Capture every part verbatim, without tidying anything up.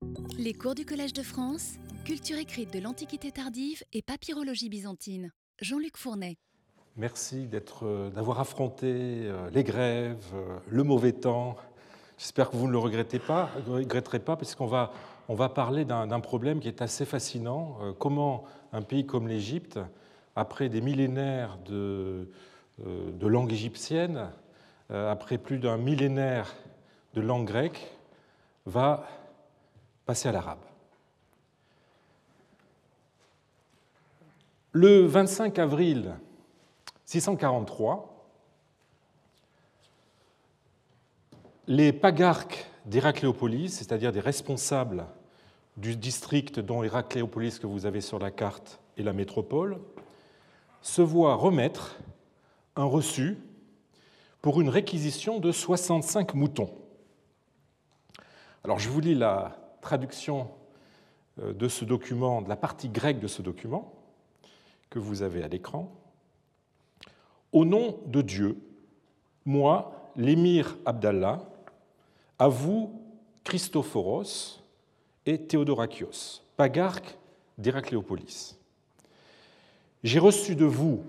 Les cours du Collège de France, culture écrite de l'Antiquité tardive et papyrologie byzantine. Jean-Luc Fournet. Merci d'être, d'avoir affronté les grèves, le mauvais temps. J'espère que vous ne le regrettez pas, regretterez pas, puisqu'on va, on va parler d'un, d'un problème qui est assez fascinant. Comment un pays comme l'Égypte, après des millénaires de, de langue égyptienne, après plus d'un millénaire de langue grecque, va passer à l'arabe. Le vingt-cinq avril six cent quarante-trois, les pagarques d'Héracléopolis, c'est-à-dire des responsables du district dont Héracléopolis que vous avez sur la carte est la métropole, se voient remettre un reçu pour une réquisition de soixante-cinq moutons. Alors je vous lis la traduction de ce document, de la partie grecque de ce document que vous avez à l'écran. Au nom de Dieu, moi, l'émir Abdallah, à vous, Christophoros et Théodorakios, pagarques d'Héracléopolis. J'ai reçu de vous,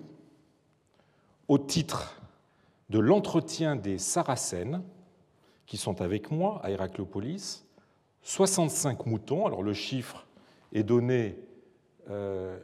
au titre de l'entretien des Saracènes, qui sont avec moi à Héracléopolis, soixante-cinq moutons. Alors le chiffre est donné euh,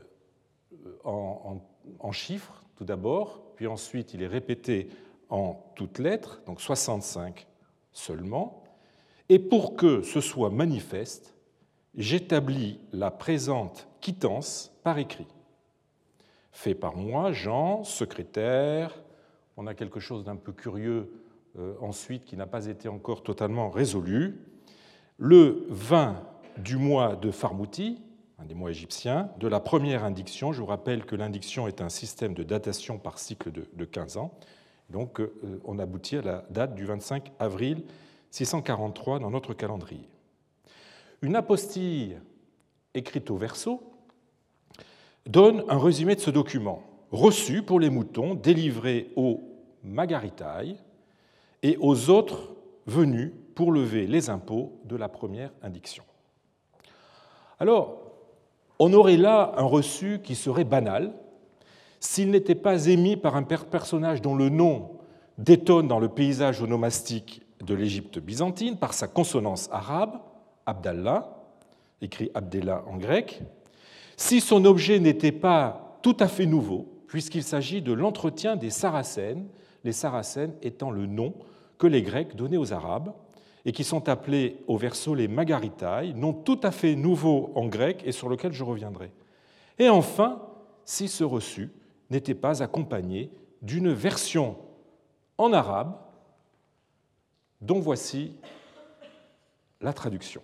en, en, en chiffres, tout d'abord, puis ensuite il est répété en toutes lettres, donc soixante-cinq seulement. Et pour que ce soit manifeste, j'établis la présente quittance par écrit. Fait par moi, Jean, secrétaire. On a quelque chose d'un peu curieux euh, ensuite qui n'a pas été encore totalement résolu. Le vingt du mois de Farmouti, un des mois égyptiens, de la première indiction. Je vous rappelle que l'indiction est un système de datation par cycle de, de quinze ans. Donc, euh, on aboutit à la date du vingt-cinq avril six cent quarante-trois dans notre calendrier. Une apostille écrite au verso donne un résumé de ce document. Reçu pour les moutons, délivré aux Magaritaï et aux autres venus pour lever les impôts de la première indiction. Alors, on aurait là un reçu qui serait banal s'il n'était pas émis par un personnage dont le nom détonne dans le paysage onomastique de l'Égypte byzantine par sa consonance arabe, Abdallah, écrit Abdallah en grec, si son objet n'était pas tout à fait nouveau, puisqu'il s'agit de l'entretien des Saracènes, les Saracènes étant le nom que les Grecs donnaient aux Arabes, et qui sont appelés au verso les Magaritaï, nom tout à fait nouveau en grec et sur lequel je reviendrai. Et enfin, si ce reçu n'était pas accompagné d'une version en arabe, dont voici la traduction.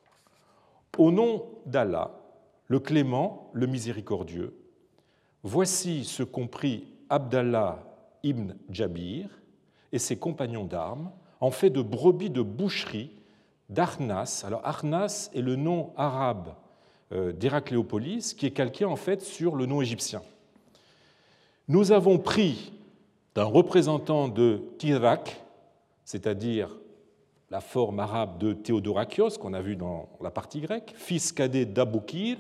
Au nom d'Allah, le clément, le miséricordieux, voici ce qu'ont pris Abdallah ibn Jabir et ses compagnons d'armes en fait de brebis de boucherie d'Arnas. Alors Arnas est le nom arabe d'Héracléopolis qui est calqué en fait sur le nom égyptien. Nous avons pris d'un représentant de Tirak, c'est-à-dire la forme arabe de Théodorakios qu'on a vu dans la partie grecque, fils cadet d'Aboukir,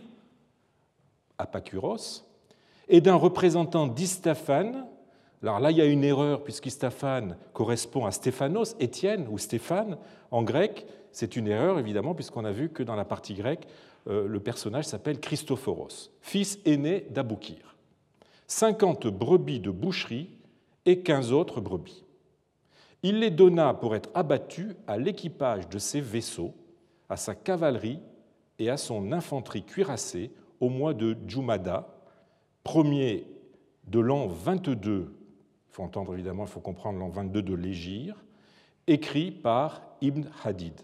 Apacuros, et d'un représentant d'Istaphane. Alors là, il y a une erreur, puisqu'Istaphane correspond à Stéphanos, Étienne ou Stéphane en grec. C'est une erreur, évidemment, puisqu'on a vu que dans la partie grecque, euh, le personnage s'appelle Christophoros, fils aîné d'Aboukir. cinquante brebis de boucherie et quinze autres brebis. Il les donna pour être abattus à l'équipage de ses vaisseaux, à sa cavalerie et à son infanterie cuirassée au mois de Jumada, premier de l'an vingt-deux. Il faut entendre évidemment, il faut comprendre l'an vingt-deux de l'Hégire, écrit par Ibn Hadid.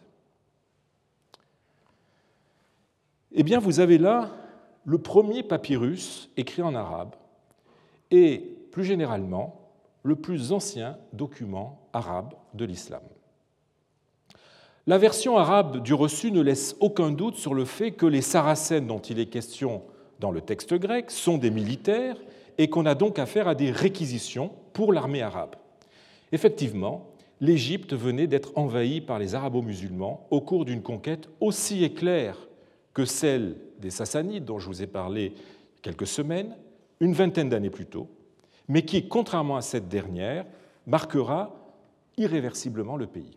Eh bien, vous avez là le premier papyrus écrit en arabe et, plus généralement, le plus ancien document arabe de l'islam. La version arabe du reçu ne laisse aucun doute sur le fait que les Saracènes dont il est question dans le texte grec sont des militaires et qu'on a donc affaire à des réquisitions pour l'armée arabe. Effectivement, l'Égypte venait d'être envahie par les arabo-musulmans au cours d'une conquête aussi éclair que celle des Sassanides, dont je vous ai parlé il y a quelques semaines, une vingtaine d'années plus tôt, mais qui, contrairement à cette dernière, marquera irréversiblement le pays.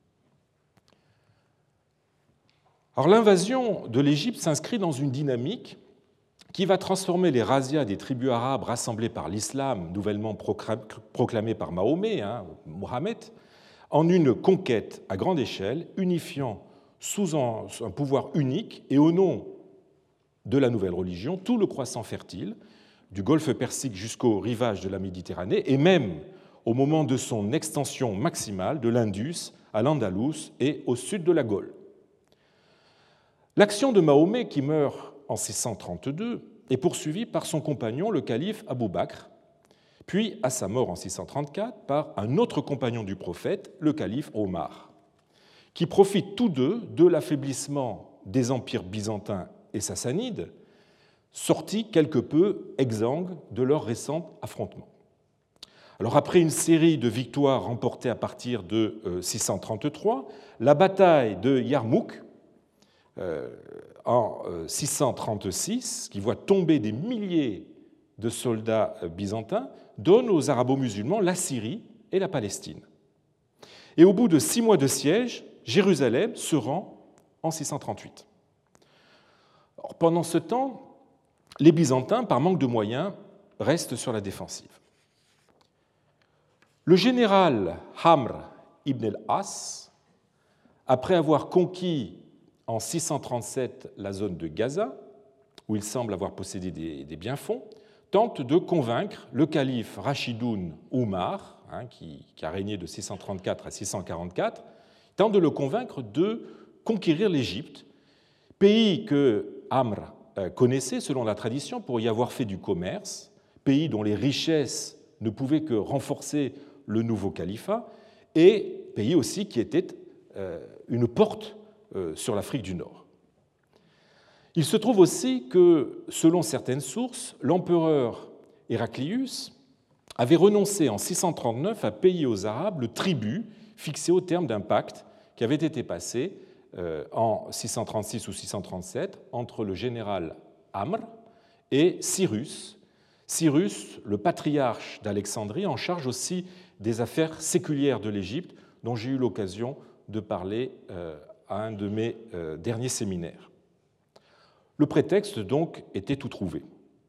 Alors, l'invasion de l'Égypte s'inscrit dans une dynamique qui va transformer les razzias des tribus arabes rassemblées par l'islam, nouvellement proclamé par Mahomet, hein, Mohammed, en une conquête à grande échelle, unifiant sous un, un pouvoir unique et au nom de la nouvelle religion tout le croissant fertile, du golfe Persique jusqu'au rivage de la Méditerranée, et même au moment de son extension maximale de l'Indus à l'Andalous et au sud de la Gaule. L'action de Mahomet, qui meurt en six cent trente-deux, est poursuivie par son compagnon, le calife Abou Bakr, puis à sa mort en six cent trente-quatre par un autre compagnon du prophète, le calife Omar, qui profitent tous deux de l'affaiblissement des empires byzantins et sassanides, sortis quelque peu exsangues de leurs récents affrontements. Alors, après une série de victoires remportées à partir de six cent trente-trois, la bataille de Yarmouk, euh, en six cent trente-six, qui voit tomber des milliers de soldats byzantins, donne aux arabo-musulmans la Syrie et la Palestine. Et au bout de six mois de siège, Jérusalem se rend en six cent trente-huit. Alors, pendant ce temps, les Byzantins, par manque de moyens, restent sur la défensive. Le général Amr ibn al-As, après avoir conquis en six cent trente-sept la zone de Gaza, où il semble avoir possédé des, des biens-fonds, tente de convaincre le calife Rashidoun Oumar, hein, qui, qui a régné de six cent trente-quatre à six cent quarante-quatre, tente de le convaincre de conquérir l'Égypte, pays que Amr connaissait selon la tradition pour y avoir fait du commerce, pays dont les richesses ne pouvaient que renforcer le nouveau califat, et pays aussi qui était une porte sur l'Afrique du Nord. Il se trouve aussi que, selon certaines sources, l'empereur Héraclius avait renoncé en six cent trente-neuf à payer aux Arabes le tribut fixé au terme d'un pacte qui avait été passé en six cent trente-six ou six cent trente-sept entre le général Amr et Cyrus, Cyrus, le patriarche d'Alexandrie, en charge aussi des affaires séculières de l'Égypte, dont j'ai eu l'occasion de parler à un de mes derniers séminaires. Le prétexte, donc, était tout trouvé.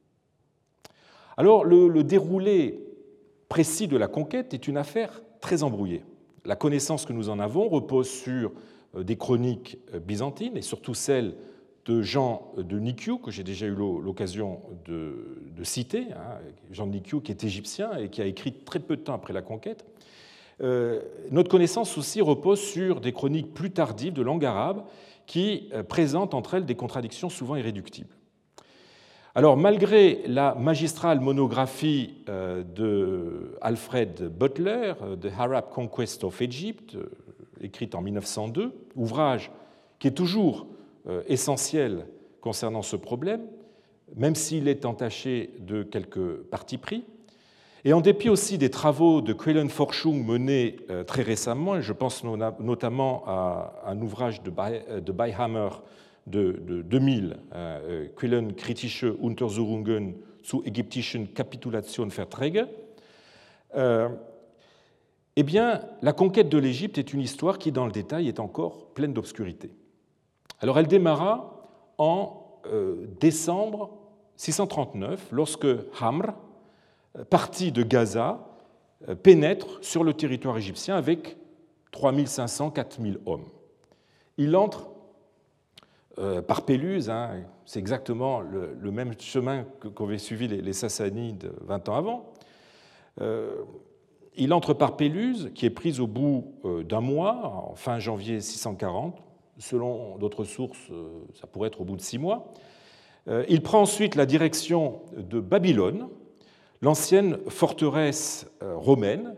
Alors, le, le déroulé précis de la conquête est une affaire très embrouillée. La connaissance que nous en avons repose sur des chroniques byzantines, et surtout celles de Jean de Nikiou, que j'ai déjà eu l'occasion de, de citer, hein, Jean de Nikiou qui est égyptien et qui a écrit très peu de temps après la conquête. Euh, notre connaissance aussi repose sur des chroniques plus tardives de langue arabe qui présentent entre elles des contradictions souvent irréductibles. Alors, malgré la magistrale monographie de Alfred Butler, The Arab Conquest of Egypt, écrite en mille neuf cent deux, ouvrage qui est toujours essentiel concernant ce problème, même s'il est entaché de quelques partis pris, et en dépit aussi des travaux de Quellen-Forschung menés très récemment, et je pense notamment à un ouvrage de Beihammer de, de deux mille, euh, Quellen kritische Untersuchungen zu ägyptischen Kapitulationsverträge, euh, eh bien, la conquête de l'Égypte est une histoire qui, dans le détail, est encore pleine d'obscurité. Alors, elle démarra en euh, décembre six cent trente-neuf, lorsque Amr, parti de Gaza, pénètre sur le territoire égyptien avec trois mille cinq cents à quatre mille hommes. Il entre euh, par Péluse, hein, c'est exactement le, le même chemin qu'avaient suivi les, les Sassanides vingt ans avant. Euh, il entre par Péluse, qui est prise au bout euh, d'un mois, en fin janvier six cent quarante. Selon d'autres sources, euh, ça pourrait être au bout de six mois. Euh, il prend ensuite la direction de Babylone, l'ancienne forteresse romaine,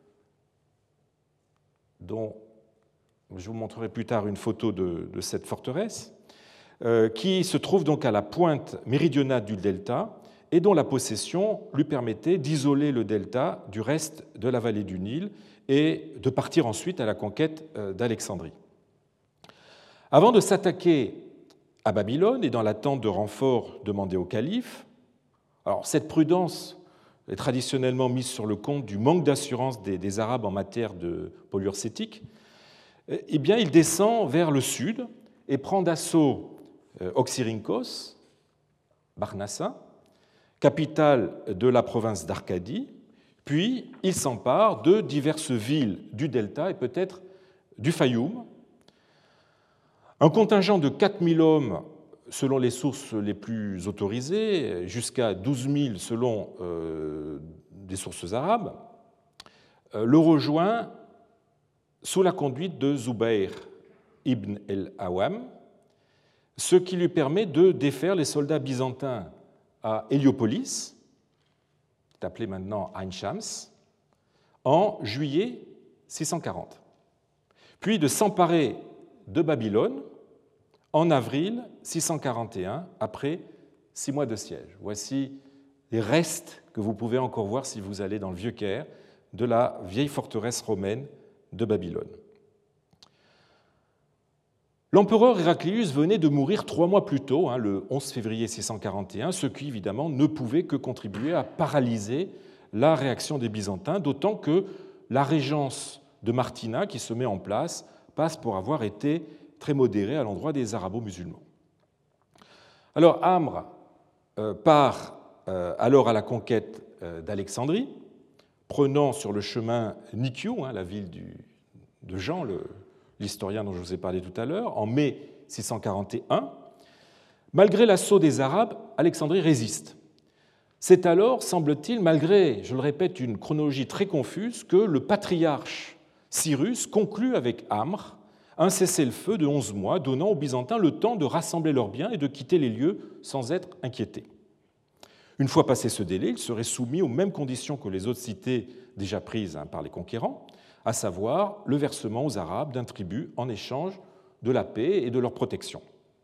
dont je vous montrerai plus tard une photo de, de cette forteresse, euh, qui se trouve donc à la pointe méridionale du delta et dont la possession lui permettait d'isoler le delta du reste de la vallée du Nil et de partir ensuite à la conquête d'Alexandrie. Avant de s'attaquer à Babylone et dans l'attente de renforts demandés au calife, alors cette prudence est traditionnellement mise sur le compte du manque d'assurance des, des Arabes en matière de pollueurs cétiques, eh bien, il descend vers le sud et prend d'assaut Oxyrhynchos, Barnassa, capitale de la province d'Arcadie, puis il s'empare de diverses villes du delta et peut-être du Fayoum. Un contingent de quatre mille hommes, selon les sources les plus autorisées, jusqu'à douze mille selon euh, des sources arabes, euh, le rejoint sous la conduite de Zubayr ibn el-Awam, ce qui lui permet de défaire les soldats byzantins à Héliopolis, qui est appelé maintenant Ain Shams, en juillet six cent quarante, puis de s'emparer de Babylone en avril six cent quarante et un, après six mois de siège. Voici les restes que vous pouvez encore voir si vous allez dans le Vieux-Caire de la vieille forteresse romaine de Babylone. L'empereur Héraclius venait de mourir trois mois plus tôt, hein, le onze février six cent quarante et un, ce qui évidemment ne pouvait que contribuer à paralyser la réaction des Byzantins, d'autant que la régence de Martina qui se met en place passe pour avoir été très modérée à l'endroit des arabo-musulmans. Alors Amr euh, part euh, alors à la conquête euh, d'Alexandrie, prenant sur le chemin Nikiou, hein, la ville du, de Jean, le, l'historien dont je vous ai parlé tout à l'heure, en mai six cent quarante et un. Malgré l'assaut des Arabes, Alexandrie résiste. C'est alors, semble-t-il, malgré, je le répète, une chronologie très confuse, que le patriarche Cyrus conclut avec Amr un cessez-le-feu de onze mois, donnant aux Byzantins le temps de rassembler leurs biens et de quitter les lieux sans être inquiétés. Une fois passé ce délai, ils seraient soumis aux mêmes conditions que les autres cités déjà prises par les conquérants, à savoir le versement aux Arabes d'un tribut en échange de la paix et de leur protection.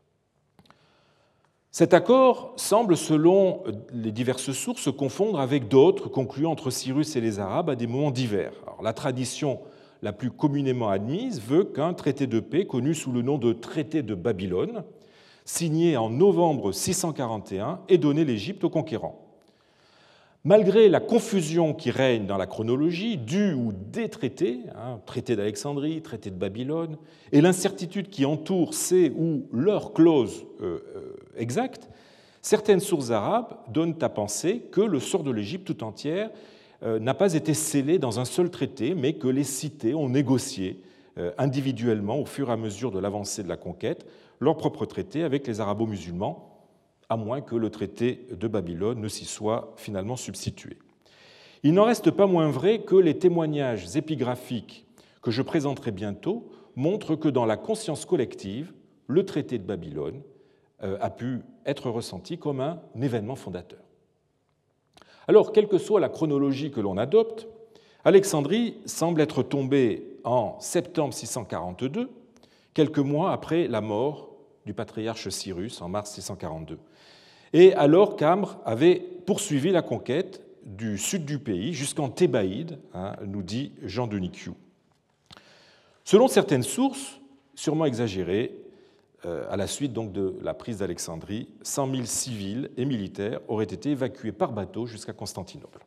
Cet accord semble, selon les diverses sources, se confondre avec d'autres conclus entre Cyrus et les Arabes à des moments divers. Alors, la tradition la plus communément admise veut qu'un traité de paix, connu sous le nom de traité de Babylone, signé en novembre six cent quarante et un, ait donné l'Égypte aux conquérants. Malgré la confusion qui règne dans la chronologie, du ou des traités, hein, traité d'Alexandrie, traité de Babylone, et l'incertitude qui entoure ces ou leurs clauses euh, euh, exactes, certaines sources arabes donnent à penser que le sort de l'Égypte tout entière euh, n'a pas été scellé dans un seul traité, mais que les cités ont négocié euh, individuellement, au fur et à mesure de l'avancée de la conquête, leur propre traité avec les arabo-musulmans, à moins que le traité de Babylone ne s'y soit finalement substitué. Il n'en reste pas moins vrai que les témoignages épigraphiques que je présenterai bientôt montrent que dans la conscience collective, le traité de Babylone a pu être ressenti comme un événement fondateur. Alors, quelle que soit la chronologie que l'on adopte, Alexandrie semble être tombée en septembre six cent quarante-deux, quelques mois après la mort du patriarche Cyrus en mars six cent quarante-deux, et alors qu'Amr avait poursuivi la conquête du sud du pays jusqu'en Thébaïde, hein, nous dit Jean de Nikiou. Selon certaines sources, sûrement exagérées, euh, à la suite donc de la prise d'Alexandrie, cent mille civils et militaires auraient été évacués par bateau jusqu'à Constantinople.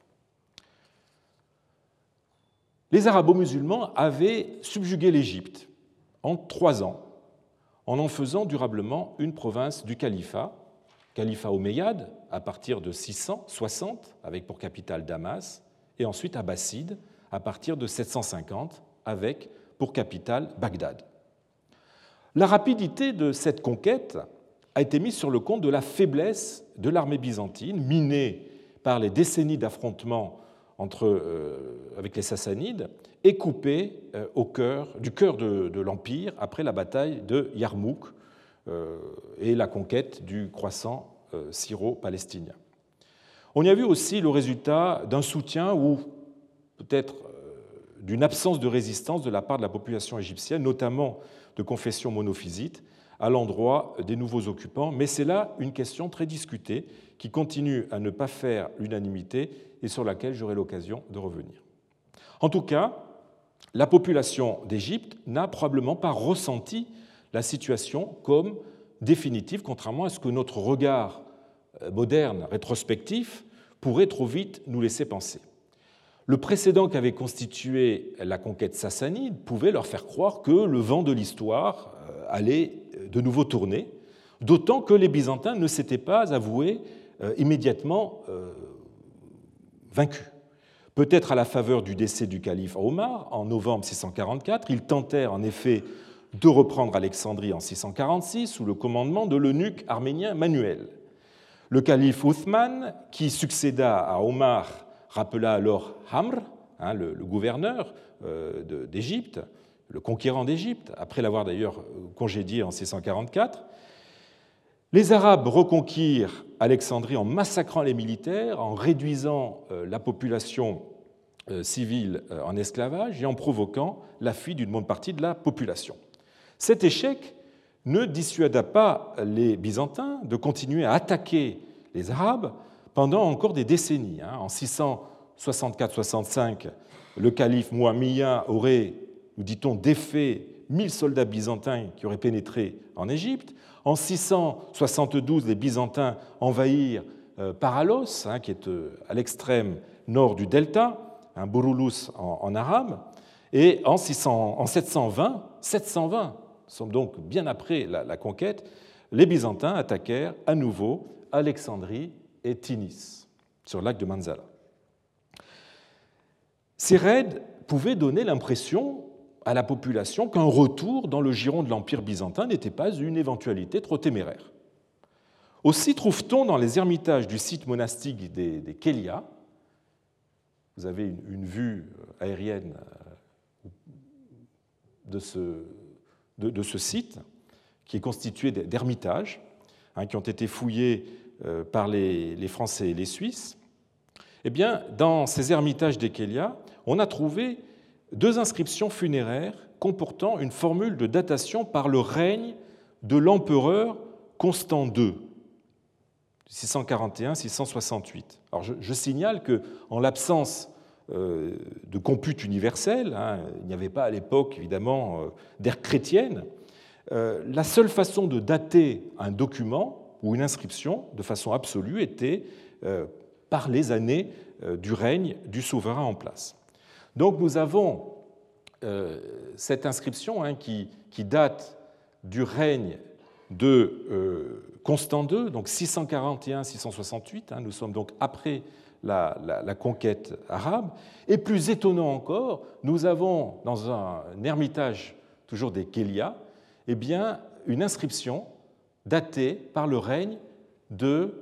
Les arabo-musulmans avaient subjugué l'Égypte en trois ans, en en faisant durablement une province du califat, califat omeyyade à partir de six cent soixante, avec pour capitale Damas, et ensuite abbasside à partir de sept cent cinquante, avec pour capitale Bagdad. La rapidité de cette conquête a été mise sur le compte de la faiblesse de l'armée byzantine, minée par les décennies d'affrontements entre, euh, avec les Sassanides, et coupée euh, au cœur, du cœur de, de l'Empire après la bataille de Yarmouk euh, et la conquête du croissant euh, syro-palestinien. On y a vu aussi le résultat d'un soutien ou peut-être euh, d'une absence de résistance de la part de la population égyptienne, notamment de confession monophysite, à l'endroit des nouveaux occupants, mais c'est là une question très discutée qui continue à ne pas faire l'unanimité et sur laquelle j'aurai l'occasion de revenir. En tout cas, la population d'Égypte n'a probablement pas ressenti la situation comme définitive, contrairement à ce que notre regard moderne, rétrospectif, pourrait trop vite nous laisser penser. Le précédent qu'avait constitué la conquête sassanide pouvait leur faire croire que le vent de l'histoire allait de nouveau tourner, d'autant que les Byzantins ne s'étaient pas avoués immédiatement vaincus. Peut-être à la faveur du décès du calife Omar en novembre six cent quarante-quatre, ils tentèrent en effet de reprendre Alexandrie en six cent quarante-six sous le commandement de l'eunuque arménien Manuel. Le calife Uthman, qui succéda à Omar, rappela alors Amr, hein, le, le gouverneur euh, de, d'Égypte, le conquérant d'Égypte, après l'avoir d'ailleurs congédié en six cent quarante-quatre. Les Arabes reconquirent Alexandrie en massacrant les militaires, en réduisant euh, la population euh, civile euh, en esclavage et en provoquant la fuite d'une bonne partie de la population. Cet échec ne dissuada pas les Byzantins de continuer à attaquer les Arabes pendant encore des décennies. En six cent soixante-quatre soixante-cinq, le calife Muawiyya aurait, nous dit-on, défait mille soldats byzantins qui auraient pénétré en Égypte. En six cent soixante-douze, les Byzantins envahirent Paralos, qui est à l'extrême nord du delta, Bouroulous en arabe, et en, six cents, en sept cent vingt, sept cent vingt, nous sommes donc bien après la, la conquête, les Byzantins attaquèrent à nouveau Alexandrie et Tinis, sur le lac de Manzala. Ces raids pouvaient donner l'impression à la population qu'un retour dans le giron de l'Empire byzantin n'était pas une éventualité trop téméraire. Aussi trouve-t-on dans les ermitages du site monastique des, des Kélias, vous avez une, une vue aérienne de ce, de, de ce site, qui est constitué d'ermitages, hein, qui ont été fouillés euh, par les, les Français et les Suisses. Eh bien, dans ces ermitages des Kélias, on a trouvé deux inscriptions funéraires comportant une formule de datation par le règne de l'empereur Constant deux, six cent quarante et un à six cent soixante-huit. Alors, je, je signale qu'en l'absence euh, de compute universelle, hein, il n'y avait pas à l'époque, évidemment, euh, d'ère chrétienne, euh, la seule façon de dater un document ou une inscription de façon absolue était euh, par les années euh, du règne du souverain en place. Donc nous avons euh, cette inscription hein, qui, qui date du règne de euh, Constant deux, donc six cent quarante et un à six cent soixante-huit, hein, nous sommes donc après la, la, la conquête arabe. Et plus étonnant encore, nous avons dans un, un ermitage toujours des Kélias, eh bien, une inscription datée par le règne de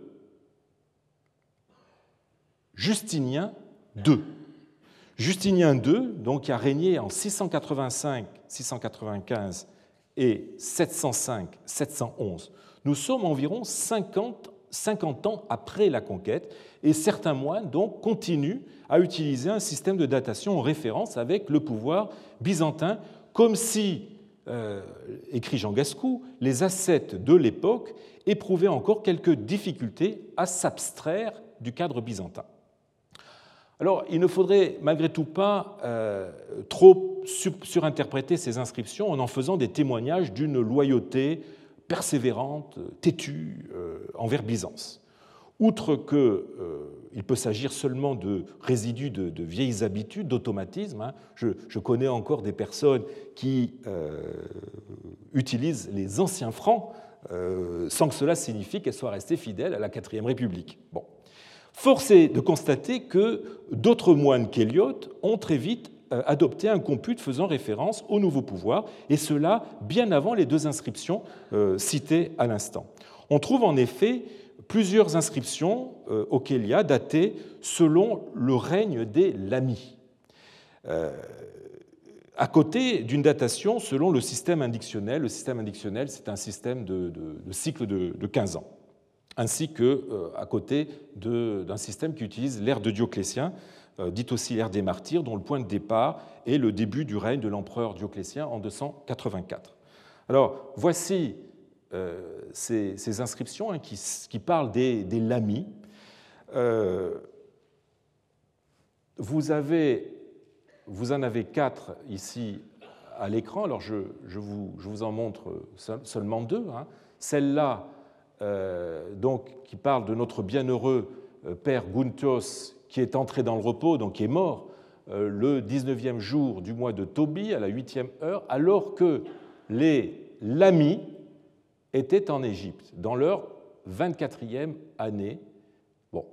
Justinien deux. Justinien deux, donc, qui a régné en six cent quatre-vingt-cinq à six cent quatre-vingt-quinze et sept cent cinq à sept cent onze. Nous sommes environ cinquante, cinquante ans après la conquête, et certains moines donc continuent à utiliser un système de datation en référence avec le pouvoir byzantin, comme si, euh, écrit Jean Gascou, les ascètes de l'époque éprouvaient encore quelques difficultés à s'abstraire du cadre byzantin. Alors, il ne faudrait malgré tout pas euh, trop surinterpréter ces inscriptions en en faisant des témoignages d'une loyauté persévérante, têtue euh, envers Byzance. Outre qu'il euh, peut s'agir seulement de résidus de, de vieilles habitudes, d'automatismes, hein, je, je connais encore des personnes qui euh, utilisent les anciens francs euh, sans que cela signifie qu'elles soient restées fidèles à la quatrième République. Bon. Force est de constater que d'autres moines kéliotes ont très vite adopté un compute faisant référence au nouveau pouvoir, et cela bien avant les deux inscriptions citées à l'instant. On trouve en effet plusieurs inscriptions au Kélia datées selon le règne des Lamis, à côté d'une datation selon le système indictionnel. Le système indictionnel, c'est un système de, de, de cycle de, de quinze ans. Ainsi qu'à euh, côté de, d'un système qui utilise l'ère de Dioclétien, euh, dit aussi l'ère des martyrs, dont le point de départ est le début du règne de l'empereur Dioclétien en deux cent quatre-vingt-quatre. Alors, voici euh, ces, ces inscriptions hein, qui, qui parlent des, des lamis. Euh, vous, avez, vous en avez quatre ici à l'écran. Alors je, je, vous, je vous en montre seulement deux. Hein. Celle-là, euh, donc, qui parle de notre bienheureux père Guntos, qui est entré dans le repos, donc qui est mort euh, le dix-neuvième jour du mois de Tobi, à la huitième heure, alors que les lamis étaient en Égypte, dans leur vingt-quatrième année. Bon.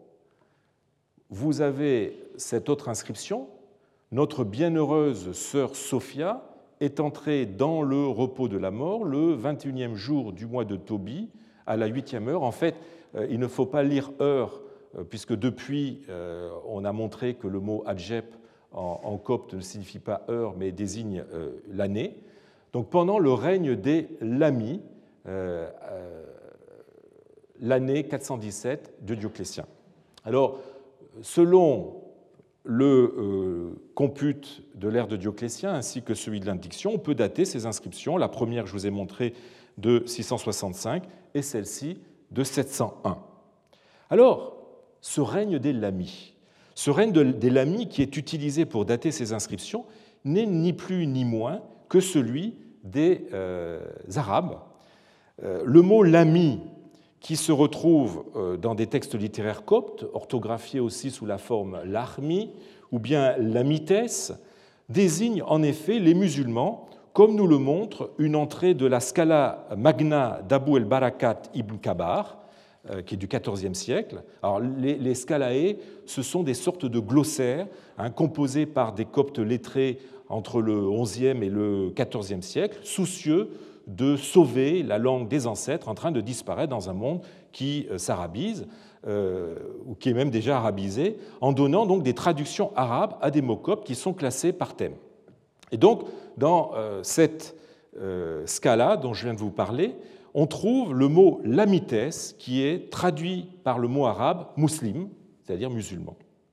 Vous avez cette autre inscription. Notre bienheureuse sœur Sophia est entrée dans le repos de la mort le vingt-et-unième jour du mois de Tobi, à la huitième heure. En fait, il ne faut pas lire heure, puisque depuis, on a montré que le mot adjep en copte ne signifie pas heure, mais désigne l'année. Donc pendant le règne des Lamis, euh, euh, l'année quatre cent dix-sept de Dioclétien. Alors, selon le euh, compute de l'ère de Dioclétien ainsi que celui de l'indiction, on peut dater ces inscriptions. La première, je vous ai montré, de six cent soixante-cinq et celle-ci de sept cent un. Alors, ce règne des Lamis, ce règne des Lamis qui est utilisé pour dater ces inscriptions n'est ni plus ni moins que celui des euh, Arabes. Euh, le mot lami, qui se retrouve euh, dans des textes littéraires coptes, orthographiés aussi sous la forme lahmi ou bien lamites, désigne en effet les musulmans, comme nous le montre une entrée de la Scala Magna d'Abu el-Barakat ibn Kabar, euh, qui est du quatorzième siècle. Alors, les, les scalae, ce sont des sortes de glossaires hein, composés par des coptes lettrés entre le onzième et le quatorzième siècle, soucieux de sauver la langue des ancêtres en train de disparaître dans un monde qui s'arabise, euh, ou qui est même déjà arabisé, en donnant donc des traductions arabes à des mots coptes qui sont classés par thème. Et donc, dans euh, cette euh, scala dont je viens de vous parler, on trouve le mot lamites qui est traduit par le mot arabe muslim, c'est-à-dire musulman.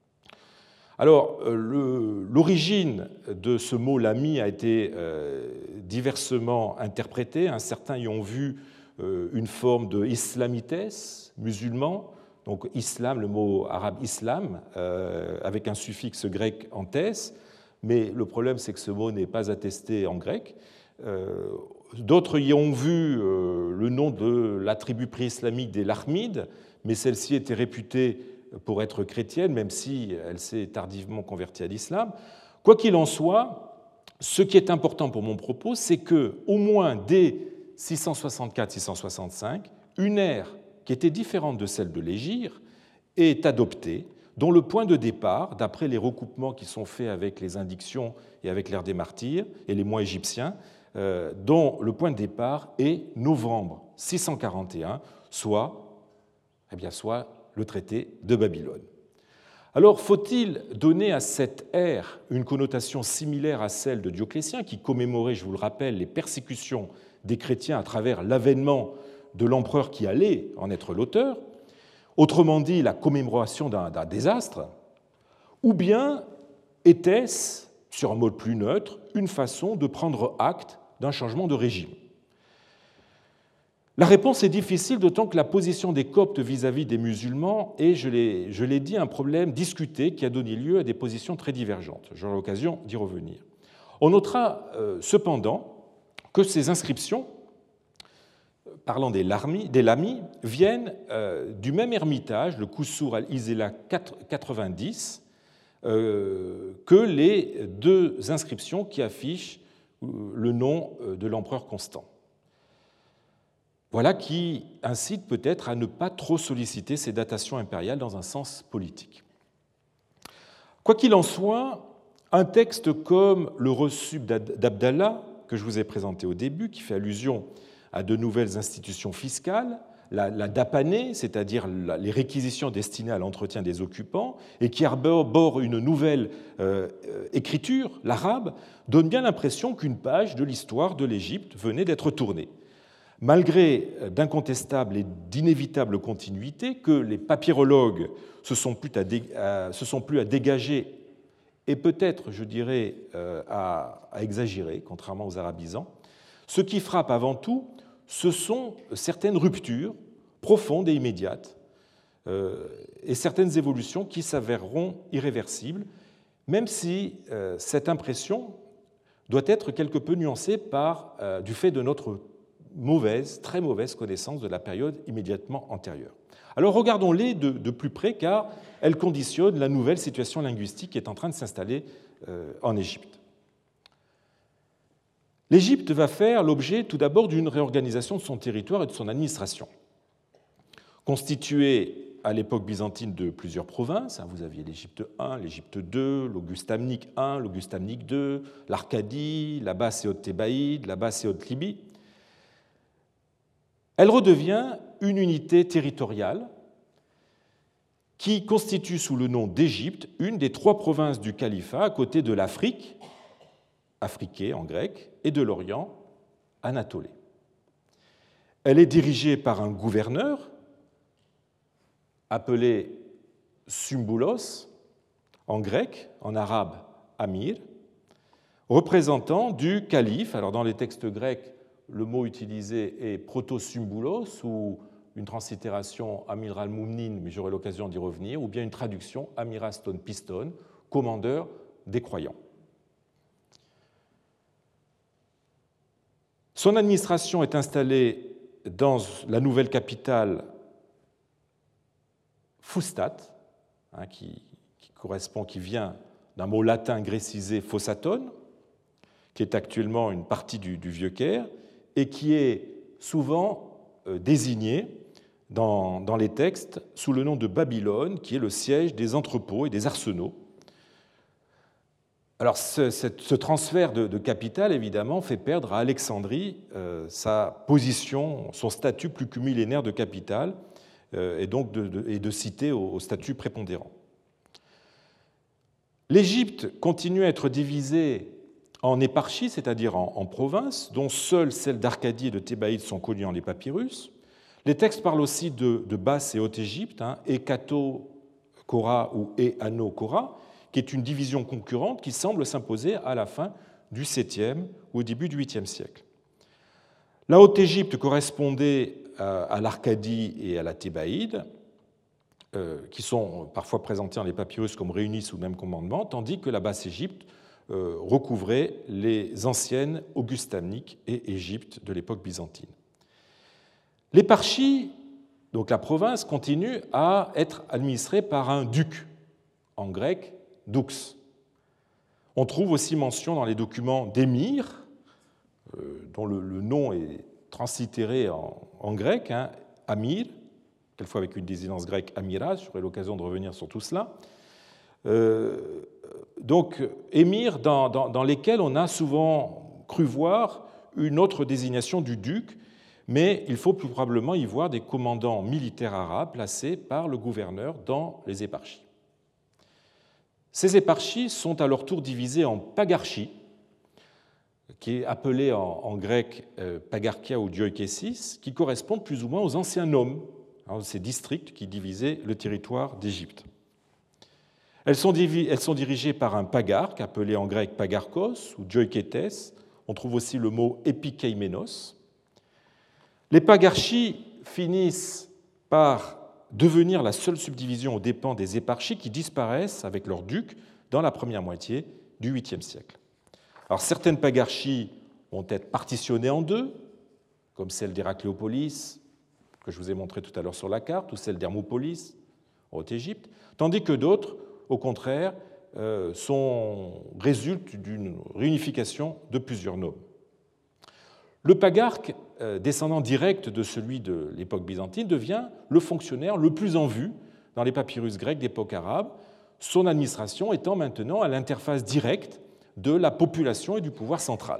Alors, l'origine de ce mot lami a été euh, diversement interprétée. Certains y ont vu euh, une forme de islamites, musulman, donc islam, le mot arabe islam, euh, avec un suffixe grec en thèse, mais le problème c'est que ce mot n'est pas attesté en grec. Euh, D'autres y ont vu euh, le nom de la tribu pré-islamique des Lahmides, mais celle-ci était réputée pour être chrétienne, même si elle s'est tardivement convertie à l'islam. Quoi qu'il en soit, ce qui est important pour mon propos, c'est qu'au moins dès six cent soixante-quatre six cent soixante-cinq, une ère qui était différente de celle de l'Hégire est adoptée, dont le point de départ, d'après les recoupements qui sont faits avec les indictions et avec l'ère des martyrs et les mois égyptiens, euh, dont le point de départ est novembre six cent quarante et un, soit, eh bien, soit le traité de Babylone. Alors, faut-il donner à cette ère une connotation similaire à celle de Dioclétien, qui commémorait, je vous le rappelle, les persécutions des chrétiens à travers l'avènement de l'empereur qui allait en être l'auteur, autrement dit, la commémoration d'un désastre, ou bien était-ce, sur un mode plus neutre, une façon de prendre acte d'un changement de régime ? La réponse est difficile, d'autant que la position des Coptes vis-à-vis des musulmans est, je l'ai dit, un problème discuté qui a donné lieu à des positions très divergentes. J'aurai l'occasion d'y revenir. On notera euh, cependant que ces inscriptions, parlant des, larmi, des lamis, viennent euh, du même ermitage, le Kusur al-Izela quatre-vingt-dix, euh, que les deux inscriptions qui affichent euh, le nom de l'empereur Constant. Voilà qui incite peut-être à ne pas trop solliciter ces datations impériales dans un sens politique. Quoi qu'il en soit, un texte comme le reçu d'Abdallah, que je vous ai présenté au début, qui fait allusion à de nouvelles institutions fiscales, la, la dapanée, c'est-à-dire la, les réquisitions destinées à l'entretien des occupants, et qui arbore une nouvelle euh, écriture, l'arabe, donne bien l'impression qu'une page de l'histoire de l'Égypte venait d'être tournée. Malgré d'incontestables et d'inévitables continuités que les papyrologues se sont plus à, dé, à, se sont plus à dégager et peut-être, je dirais, à, à exagérer, contrairement aux arabisants, ce qui frappe avant tout, ce sont certaines ruptures profondes et immédiates euh, et certaines évolutions qui s'avéreront irréversibles, même si euh, cette impression doit être quelque peu nuancée par, euh, du fait de notre mauvaise, très mauvaise connaissance de la période immédiatement antérieure. Alors regardons-les de, de plus près, car elles conditionnent la nouvelle situation linguistique qui est en train de s'installer euh, en Égypte. L'Égypte va faire l'objet tout d'abord d'une réorganisation de son territoire et de son administration. Constituée à l'époque byzantine de plusieurs provinces, vous aviez l'Égypte un, l'Égypte deux, l'Augustamnique un, l'Augustamnique deux, l'Arcadie, la Basse et Haute-Thébaïde, la Basse et Haute-Libye. Elle redevient une unité territoriale qui constitue sous le nom d'Égypte une des trois provinces du califat à côté de l'Afrique, Afriquée en grec, et de l'Orient, Anatolée. Elle est dirigée par un gouverneur appelé Symboulos, en grec, en arabe Amir, représentant du calife. Alors dans les textes grecs, le mot utilisé est proto-Symboulos, ou une translittération Amir al-Moumnin, mais j'aurai l'occasion d'y revenir, ou bien une traduction Amiras ton Piston, commandeur des croyants. Son administration est installée dans la nouvelle capitale Fustat, hein, qui, qui correspond, qui vient d'un mot latin grécisé Fossatone, qui est actuellement une partie du, du Vieux-Caire, et qui est souvent euh, désignée dans, dans les textes sous le nom de Babylone, qui est le siège des entrepôts et des arsenaux. Alors ce, ce transfert de, de capitale, évidemment, fait perdre à Alexandrie euh, sa position, son statut plus que millénaire de capitale, euh, et donc de, de, et de cité au, au statut prépondérant. L'Égypte continue à être divisée en éparchies, c'est-à-dire en, en provinces, dont seules celles d'Arcadie et de Thébaïde sont connues dans les papyrus. Les textes parlent aussi de, de Basse et Haute-Égypte, hein, Ekato-Kora ou E-Ano-Kora, qui est une division concurrente qui semble s'imposer à la fin du septième ou au début du huitième siècle. La Haute-Égypte correspondait à l'Arcadie et à la Thébaïde, euh, qui sont parfois présentés dans les papyrus comme réunis sous le même commandement, tandis que la Basse-Égypte euh, recouvrait les anciennes Augustamniques et Égypte de l'époque byzantine. L'éparchie, donc la province, continue à être administrée par un duc, en grec, Doux. On trouve aussi mention dans les documents d'émir, euh, dont le, le nom est translittéré en, en grec, hein, Amir, quelquefois avec une désinence grecque Amiras, j'aurai l'occasion de revenir sur tout cela. Euh, donc, émir dans, dans, dans lesquels on a souvent cru voir une autre désignation du duc, mais il faut plus probablement y voir des commandants militaires arabes placés par le gouverneur dans les éparchies. Ces éparchies sont à leur tour divisées en pagarchies, qui est appelée en, en grec euh, pagarchia ou dioikesis, qui correspondent plus ou moins aux anciens nomes, hein, ces districts qui divisaient le territoire d'Égypte. Elles sont, divi- elles sont dirigées par un pagarque, appelé en grec pagarkos ou dioiketes. On trouve aussi le mot épikeimenos. Les pagarchies finissent par devenir la seule subdivision aux dépens des éparchies qui disparaissent avec leurs ducs dans la première moitié du huitième siècle. Alors, certaines pagarchies vont être partitionnées en deux, comme celle d'Héracléopolis, que je vous ai montré tout à l'heure sur la carte, ou celle d'Hermopolis, en Haute-Égypte, tandis que d'autres, au contraire, euh, sont, résultent d'une réunification de plusieurs noms. Le pagarque, descendant direct de celui de l'époque byzantine, devient le fonctionnaire le plus en vue dans les papyrus grecs d'époque arabe, son administration étant maintenant à l'interface directe de la population et du pouvoir central.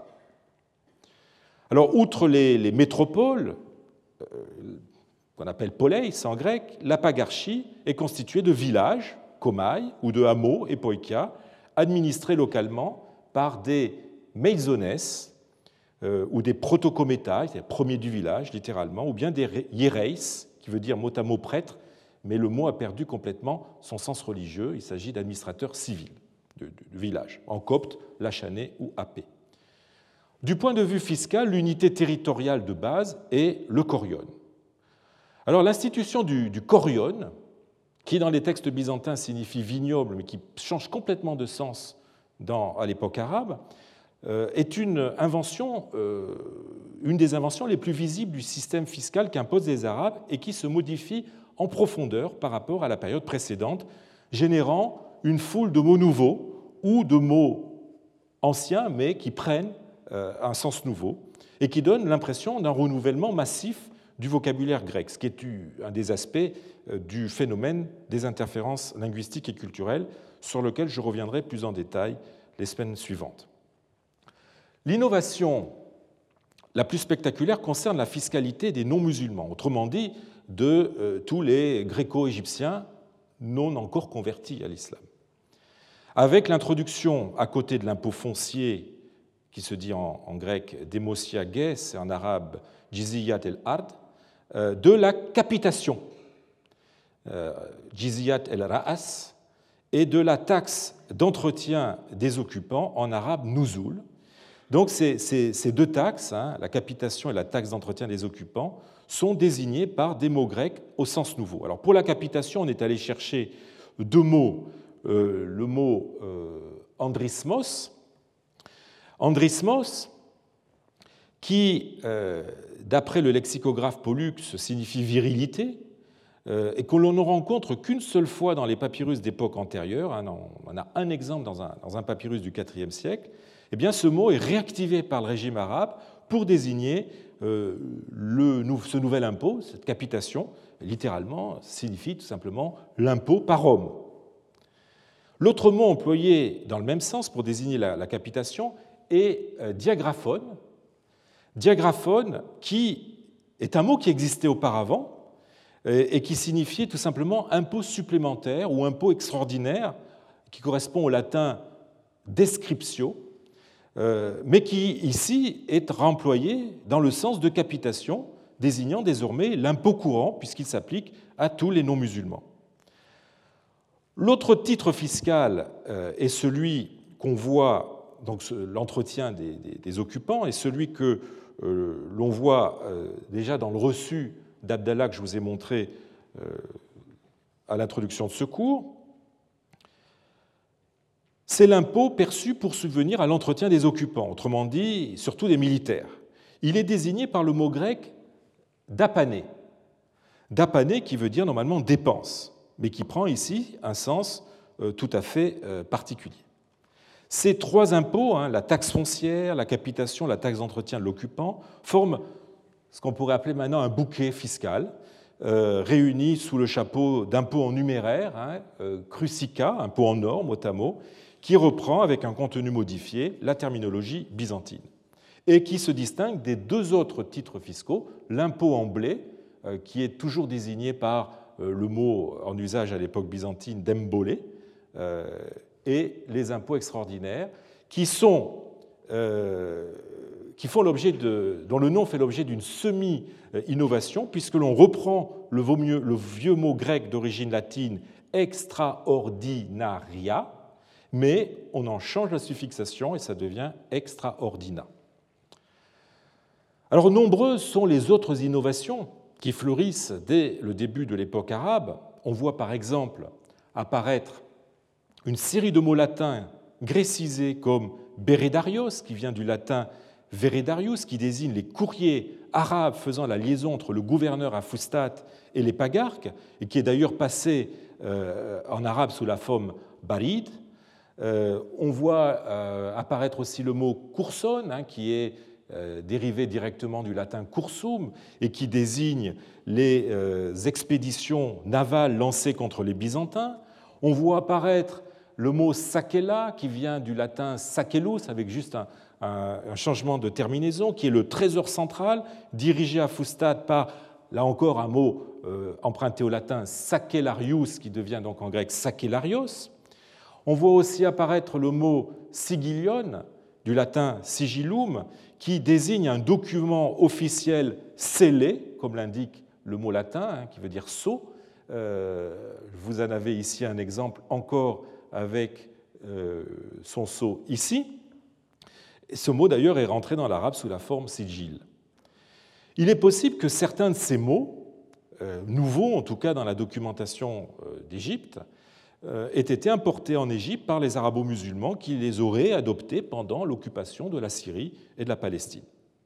Alors, outre les, les métropoles, euh, qu'on appelle poleis en grec, la pagarchie est constituée de villages, komai, ou de hameaux, epoikia, administrés localement par des meizones, Euh, ou des protocométai, c'est-à-dire premiers du village, littéralement, ou bien des hiereis, qui veut dire mot à mot prêtre, mais le mot a perdu complètement son sens religieux. Il s'agit d'administrateurs civils du village, en copte, lachané ou apé. Du point de vue fiscal, l'unité territoriale de base est le chorion. Alors l'institution du, du chorion, qui dans les textes byzantins signifie vignoble, mais qui change complètement de sens dans, à l'époque arabe, euh, est une invention, euh, une des inventions les plus visibles du système fiscal qu'imposent les Arabes et qui se modifie en profondeur par rapport à la période précédente, générant une foule de mots nouveaux ou de mots anciens, mais qui prennent euh, un sens nouveau et qui donnent l'impression d'un renouvellement massif du vocabulaire grec, ce qui est un des aspects du phénomène des interférences linguistiques et culturelles, sur lequel je reviendrai plus en détail les semaines suivantes. L'innovation la plus spectaculaire concerne la fiscalité des non-musulmans, autrement dit, de euh, tous les gréco-égyptiens non encore convertis à l'islam. Avec l'introduction, à côté de l'impôt foncier, qui se dit en, en grec démosia ges et en arabe jiziyat el-ard, euh, de la capitation, euh, jiziyat el-ra'as, et de la taxe d'entretien des occupants, en arabe nuzul. Donc ces, ces, ces deux taxes, hein, la capitation et la taxe d'entretien des occupants, sont désignées par des mots grecs au sens nouveau. Alors pour la capitation, on est allé chercher deux mots, euh, le mot euh, andrismos, andrismos, qui, euh, d'après le lexicographe Pollux, signifie virilité, euh, et que l'on ne rencontre qu'une seule fois dans les papyrus d'époque antérieure, hein, on a un exemple dans un, dans un papyrus du quatrième siècle, eh bien, ce mot est réactivé par le régime arabe pour désigner euh, le, ce nouvel impôt, cette capitation, littéralement, signifie tout simplement l'impôt par homme. L'autre mot employé dans le même sens pour désigner la, la capitation est euh, diagraphone, diagraphone qui est un mot qui existait auparavant et qui signifiait tout simplement impôt supplémentaire ou impôt extraordinaire, qui correspond au latin descriptio, mais qui ici est remployé dans le sens de capitation, désignant désormais l'impôt courant, puisqu'il s'applique à tous les non-musulmans. L'autre titre fiscal est celui qu'on voit, donc l'entretien des, des, des occupants, et celui que euh, l'on voit euh, déjà dans le reçu d'Abdallah que je vous ai montré euh, à l'introduction de ce cours. C'est l'impôt perçu pour subvenir à l'entretien des occupants, autrement dit, surtout des militaires. Il est désigné par le mot grec dapané. Dapané qui veut dire normalement dépense, mais qui prend ici un sens euh, tout à fait euh, particulier. Ces trois impôts, hein, la taxe foncière, la capitation, la taxe d'entretien de l'occupant, forment ce qu'on pourrait appeler maintenant un bouquet fiscal, euh, réuni sous le chapeau d'impôts en numéraire, hein, euh, crucica, impôt en or, mot à mot, qui reprend avec un contenu modifié la terminologie byzantine, et qui se distingue des deux autres titres fiscaux, l'impôt en blé, euh, qui est toujours désigné par euh, le mot en usage à l'époque byzantine d'embolé, euh, et les impôts extraordinaires, qui sont... Euh, qui font l'objet de, dont le nom fait l'objet d'une semi-innovation, puisque l'on reprend le, mieux, le vieux mot grec d'origine latine extraordinaria, mais on en change la suffixation et ça devient extraordina. Alors nombreuses sont les autres innovations qui fleurissent dès le début de l'époque arabe. On voit par exemple apparaître une série de mots latins grécisés comme beredarios, qui vient du latin veredarius, qui désigne les courriers arabes faisant la liaison entre le gouverneur à Fustat et les pagarques, et qui est d'ailleurs passé euh, en arabe sous la forme barid. Euh, on voit euh, apparaître aussi le mot courson, hein, qui est euh, dérivé directement du latin cursum, et qui désigne les euh, expéditions navales lancées contre les Byzantins. On voit apparaître le mot sakella, qui vient du latin sakellus, avec juste un, un, un changement de terminaison, qui est le trésor central, dirigé à Fustat par, là encore, un mot euh, emprunté au latin sakellarius, qui devient donc en grec sakellarios. On voit aussi apparaître le mot sigillion, du latin sigillum, qui désigne un document officiel scellé, comme l'indique le mot latin, hein, qui veut dire sceau. Euh, vous en avez ici un exemple encore avec euh, son sceau ici. Ce mot, d'ailleurs, est rentré dans l'arabe sous la forme sijil. Il est possible que certains de ces mots, euh, nouveaux en tout cas dans la documentation euh, d'Égypte, euh, aient été importés en Égypte par les arabo-musulmans qui les auraient adoptés pendant l'occupation de la Syrie et de la Palestine.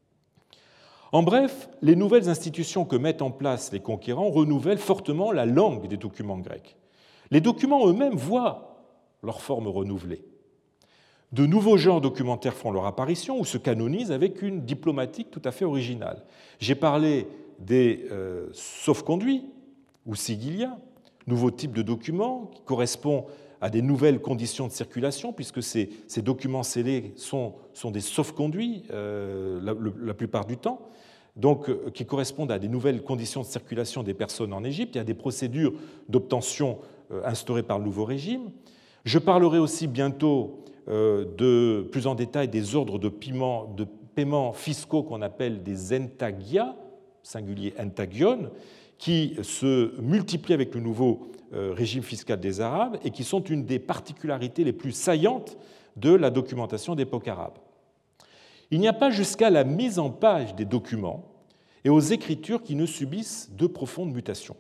En bref, les nouvelles institutions que mettent en place les conquérants renouvellent fortement la langue des documents grecs. Les documents eux-mêmes voient leur forme renouvelée. De nouveaux genres documentaires font leur apparition ou se canonisent avec une diplomatique tout à fait originale. J'ai parlé des euh, sauf-conduits ou sigilia, nouveau type de documents qui correspond à des nouvelles conditions de circulation, puisque ces, ces documents scellés sont, sont des sauf-conduits euh, la, la plupart du temps, donc euh, qui correspondent à des nouvelles conditions de circulation des personnes en Égypte et à des procédures d'obtention euh, instaurées par le nouveau régime. Je parlerai aussi bientôt euh, de, plus en détail des ordres de paiement, de paiement fiscaux qu'on appelle des entagia, singulier entagion, qui se multiplient avec le nouveau régime fiscal des Arabes et qui sont une des particularités les plus saillantes de la documentation d'époque arabe. Il n'y a pas jusqu'à la mise en page des documents et aux écritures qui ne subissent de profondes mutations.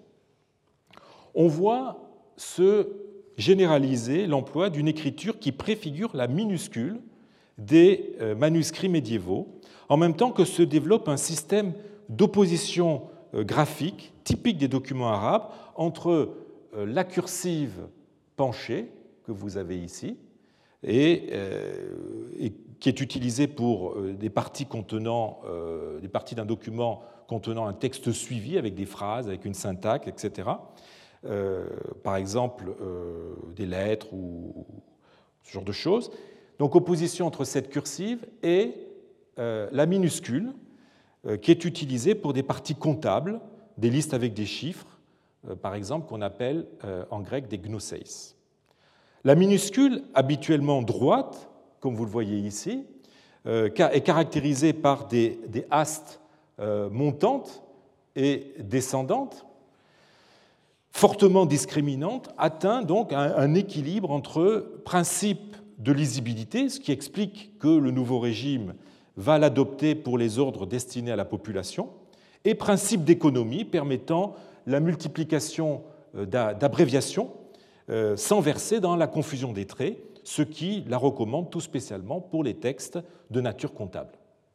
On voit se généraliser l'emploi d'une écriture qui préfigure la minuscule des manuscrits médiévaux, en même temps que se développe un système d'opposition graphique typique des documents arabes entre la cursive penchée que vous avez ici et, euh, et qui est utilisée pour des parties contenant euh, des parties d'un document contenant un texte suivi avec des phrases, avec une syntaxe, et cetera. Euh, par exemple, euh, des lettres ou ce genre de choses. Donc, opposition entre cette cursive et euh, la minuscule, euh, qui est utilisée pour des parties comptables, des listes avec des chiffres, par exemple, qu'on appelle en grec des gnoseis. La minuscule, habituellement droite, comme vous le voyez ici, est caractérisée par des, des astes montantes et descendantes, fortement discriminantes, atteint donc un, un équilibre entre principe de lisibilité, ce qui explique que le nouveau régime va l'adopter pour les ordres destinés à la population, et principe d'économie permettant la multiplication d'abréviations sans verser dans la confusion des traits, ce qui la recommande tout spécialement pour les textes de nature comptable.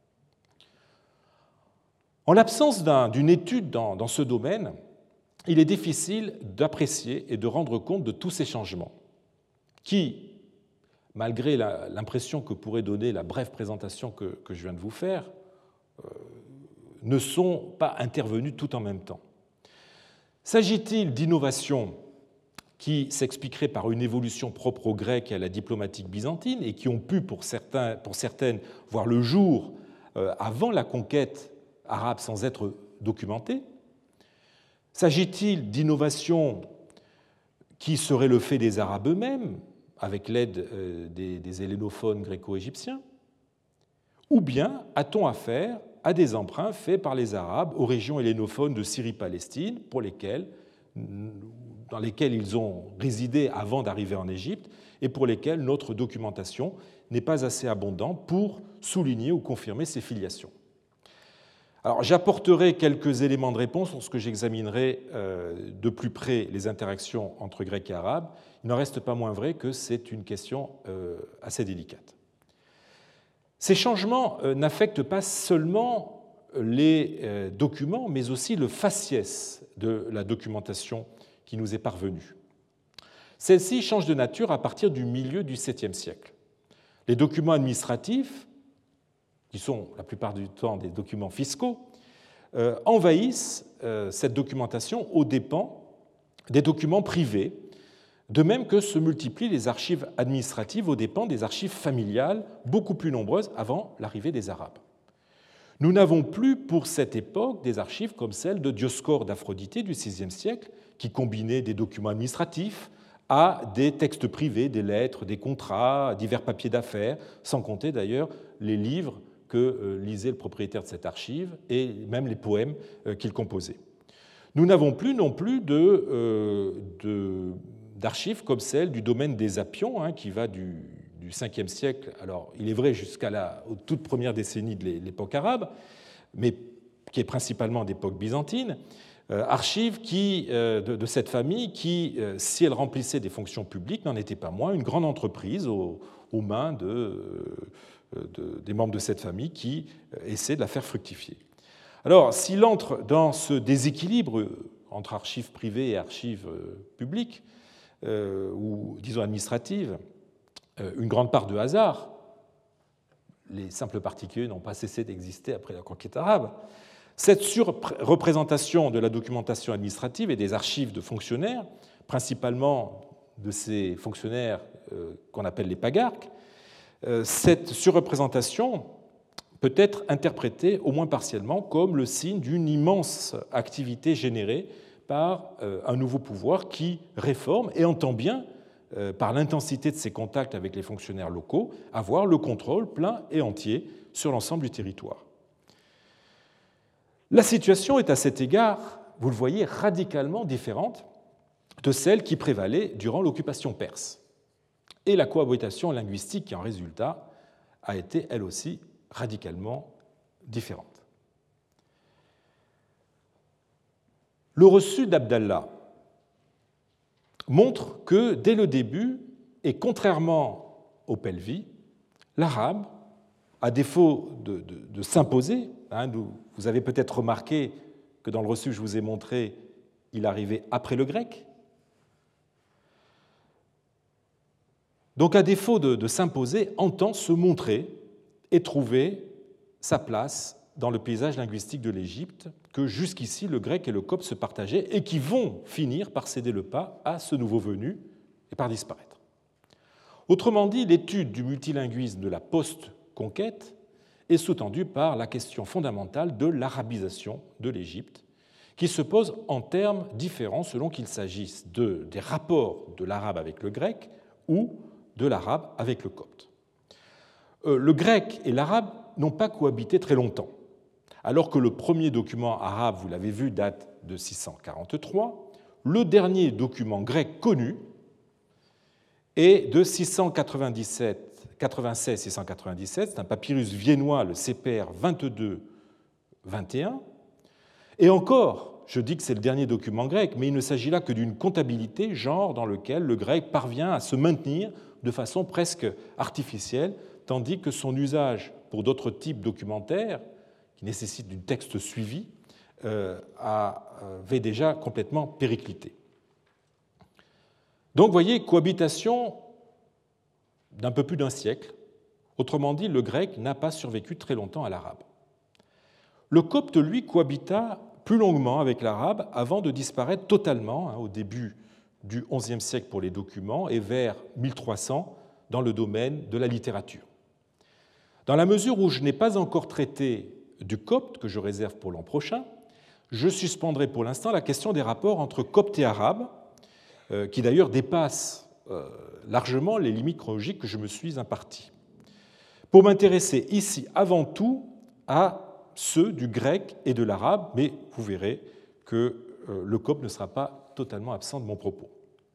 En l'absence d'une étude dans, dans ce domaine, il est difficile d'apprécier et de rendre compte de tous ces changements qui, malgré l'impression que pourrait donner la brève présentation que, que je viens de vous faire, euh, ne sont pas intervenus tout en même temps. S'agit-il d'innovations qui s'expliqueraient par une évolution propre aux Grecs et à la diplomatique byzantine et qui ont pu, pour, certains, pour certaines, voir le jour avant la conquête arabe sans être documentées? S'agit-il d'innovations qui seraient le fait des Arabes eux-mêmes, avec l'aide des, des hellénophones gréco-égyptiens? Ou bien a-t-on affaire à des emprunts faits par les Arabes aux régions hellénophones de Syrie-Palestine, pour lesquels, dans lesquelles ils ont résidé avant d'arriver en Égypte et pour lesquelles notre documentation n'est pas assez abondante pour souligner ou confirmer ces filiations. Alors, j'apporterai quelques éléments de réponse lorsque j'examinerai de plus près les interactions entre Grecs et Arabes. Il n'en reste pas moins vrai que c'est une question assez délicate. Ces changements n'affectent pas seulement les documents, mais aussi le faciès de la documentation qui nous est parvenue. Celle-ci change de nature à partir du milieu du septième siècle. Les documents administratifs, qui sont la plupart du temps des documents fiscaux, envahissent cette documentation aux dépens des documents privés, de même que se multiplient les archives administratives aux dépens des archives familiales, beaucoup plus nombreuses avant l'arrivée des Arabes. Nous n'avons plus pour cette époque des archives comme celle de Dioscore d'Aphroditée du sixième siècle, qui combinait des documents administratifs à des textes privés, des lettres, des contrats, divers papiers d'affaires, sans compter d'ailleurs les livres que lisait le propriétaire de cette archive et même les poèmes qu'il composait. Nous n'avons plus non plus de, euh, de, d'archives comme celle du domaine des Appions, hein, qui va du, du cinquième siècle, alors il est vrai jusqu'à la aux toutes premières décennies de l'époque arabe, mais qui est principalement d'époque byzantine, euh, archives qui, euh, de, de cette famille qui, euh, si elle remplissait des fonctions publiques, n'en était pas moins une grande entreprise aux, aux mains de, euh, de, des membres de cette famille qui euh, essaient de la faire fructifier. Alors, s'il entre dans ce déséquilibre entre archives privées et archives publiques, euh, ou disons administratives, euh, une grande part de hasard, les simples particuliers n'ont pas cessé d'exister après la conquête arabe, cette surreprésentation de la documentation administrative et des archives de fonctionnaires, principalement de ces fonctionnaires euh, qu'on appelle les pagarques, euh, cette surreprésentation peut être interprétée, au moins partiellement, comme le signe d'une immense activité générée par euh, un nouveau pouvoir qui réforme et entend bien, euh, par l'intensité de ses contacts avec les fonctionnaires locaux, avoir le contrôle plein et entier sur l'ensemble du territoire. La situation est à cet égard, vous le voyez, radicalement différente de celle qui prévalait durant l'occupation perse. Et la cohabitation linguistique qui en résulta a été, elle aussi, radicalement différente. Le reçu d'Abdallah montre que, dès le début, et contrairement au Pelvi, l'arabe, à défaut de, de, de s'imposer, hein, vous avez peut-être remarqué que dans le reçu que je vous ai montré, il arrivait après le grec. Donc, à défaut de, de s'imposer, entend se montrer et trouver sa place dans le paysage linguistique de l'Égypte que jusqu'ici le grec et le copte se partageaient et qui vont finir par céder le pas à ce nouveau venu et par disparaître. Autrement dit, l'étude du multilinguisme de la post-conquête est sous-tendue par la question fondamentale de l'arabisation de l'Égypte, qui se pose en termes différents selon qu'il s'agisse de, des rapports de l'arabe avec le grec ou de l'arabe avec le copte. Euh, le grec et l'arabe n'ont pas cohabité très longtemps, alors que le premier document arabe, vous l'avez vu, date de six cent quarante-trois, le dernier document grec connu est de six cent quatre-vingt-seize six cent quatre-vingt-dix-sept, c'est un papyrus viennois, le C P R vingt-deux vingt et un, et encore, je dis que c'est le dernier document grec, mais il ne s'agit là que d'une comptabilité, genre dans lequel le grec parvient à se maintenir de façon presque artificielle, tandis que son usage pour d'autres types documentaires, qui nécessitent du texte suivi, euh, avait déjà complètement périclité. Donc, vous voyez, cohabitation d'un peu plus d'un siècle. Autrement dit, le grec n'a pas survécu très longtemps à l'arabe. Le copte, lui, cohabita plus longuement avec l'arabe avant de disparaître totalement hein, au début du onzième siècle pour les documents et vers mille trois cents dans le domaine de la littérature. Dans la mesure où je n'ai pas encore traité du copte, que je réserve pour l'an prochain, je suspendrai pour l'instant la question des rapports entre copte et arabe, euh, qui d'ailleurs dépassent euh, largement les limites chronologiques que je me suis imparties, pour m'intéresser ici avant tout à ceux du grec et de l'arabe, mais vous verrez que euh, le copte ne sera pas totalement absent de mon propos.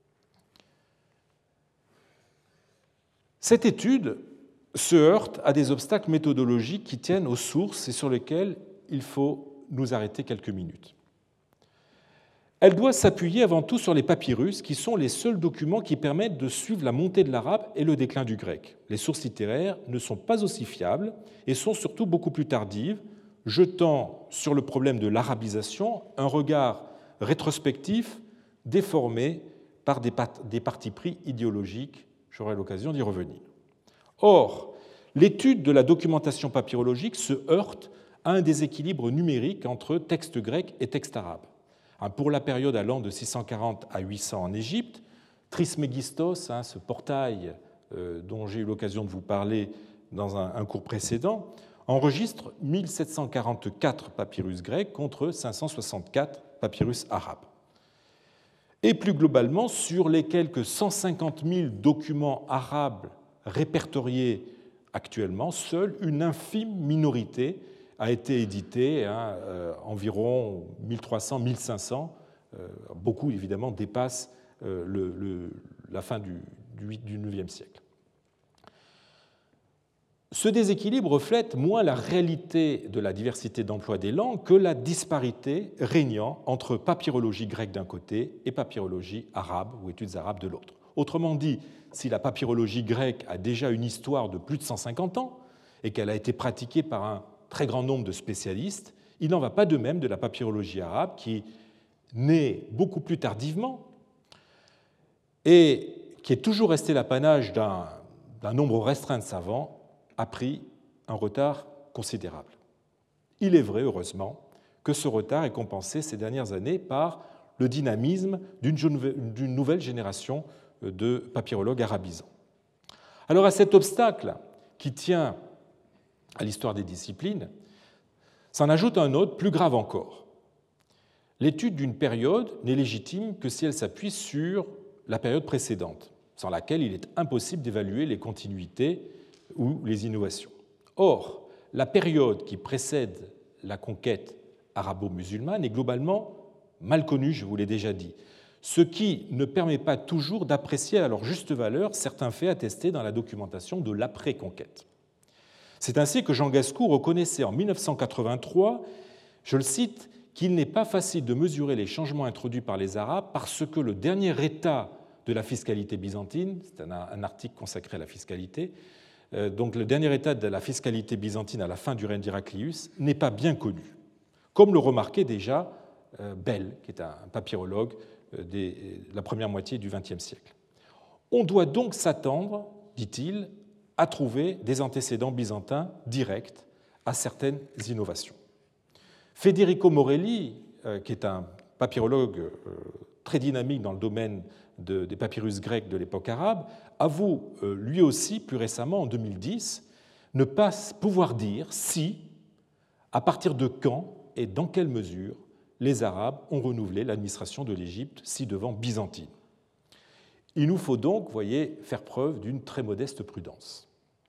Cette étude se heurte à des obstacles méthodologiques qui tiennent aux sources et sur lesquels il faut nous arrêter quelques minutes. Elle doit s'appuyer avant tout sur les papyrus, qui sont les seuls documents qui permettent de suivre la montée de l'arabe et le déclin du grec. Les sources littéraires ne sont pas aussi fiables et sont surtout beaucoup plus tardives, jetant sur le problème de l'arabisation un regard rétrospectif déformé par des partis pris idéologiques. J'aurai l'occasion d'y revenir. Or, l'étude de la documentation papyrologique se heurte à un déséquilibre numérique entre texte grec et texte arabe. Pour la période allant de six cent quarante à huit cents en Égypte, Trismégistos, ce portail dont j'ai eu l'occasion de vous parler dans un cours précédent, enregistre mille sept cent quarante-quatre papyrus grecs contre cinq cent soixante-quatre papyrus arabes. Et plus globalement, sur les quelques cent cinquante mille documents arabes répertoriés actuellement, seule une infime minorité a été éditée, hein, euh, environ mille trois cents à mille cinq cents. Euh, beaucoup, évidemment, dépassent euh, le, le, la fin du, du neuvième siècle. Ce déséquilibre reflète moins la réalité de la diversité d'emploi des langues que la disparité régnant entre papyrologie grecque d'un côté et papyrologie arabe ou études arabes de l'autre. Autrement dit, si la papyrologie grecque a déjà une histoire de plus de cent cinquante ans et qu'elle a été pratiquée par un très grand nombre de spécialistes, il n'en va pas de même de la papyrologie arabe qui naît beaucoup plus tardivement et qui est toujours restée l'apanage d'un, d'un nombre restreint de savants, a pris un retard considérable. Il est vrai, heureusement, que ce retard est compensé ces dernières années par le dynamisme d'une nouvelle génération de papyrologues arabisants. Alors à cet obstacle qui tient à l'histoire des disciplines, s'en ajoute un autre plus grave encore. L'étude d'une période n'est légitime que si elle s'appuie sur la période précédente, sans laquelle il est impossible d'évaluer les continuités ou les innovations. Or, la période qui précède la conquête arabo-musulmane est globalement mal connue, je vous l'ai déjà dit, ce qui ne permet pas toujours d'apprécier à leur juste valeur certains faits attestés dans la documentation de l'après-conquête. C'est ainsi que Jean Gascou reconnaissait en mille neuf cent quatre-vingt-trois, je le cite, qu'il n'est pas facile de mesurer les changements introduits par les Arabes parce que le dernier état de la fiscalité byzantine, c'est un article consacré à la fiscalité, donc le dernier état de la fiscalité byzantine à la fin du règne d'Héraclius n'est pas bien connu, comme le remarquait déjà Bell, qui est un papyrologue de la première moitié du vingtième siècle. On doit donc s'attendre, dit-il, à trouver des antécédents byzantins directs à certaines innovations. Federico Morelli, qui est un papyrologue très dynamique dans le domaine de, des papyrus grecs de l'époque arabe, avoue lui aussi, plus récemment, en deux mille dix, ne pas pouvoir dire si, à partir de quand et dans quelle mesure les Arabes ont renouvelé l'administration de l'Égypte ci-devant byzantine. Il nous faut donc, vous voyez, faire preuve d'une très modeste prudence.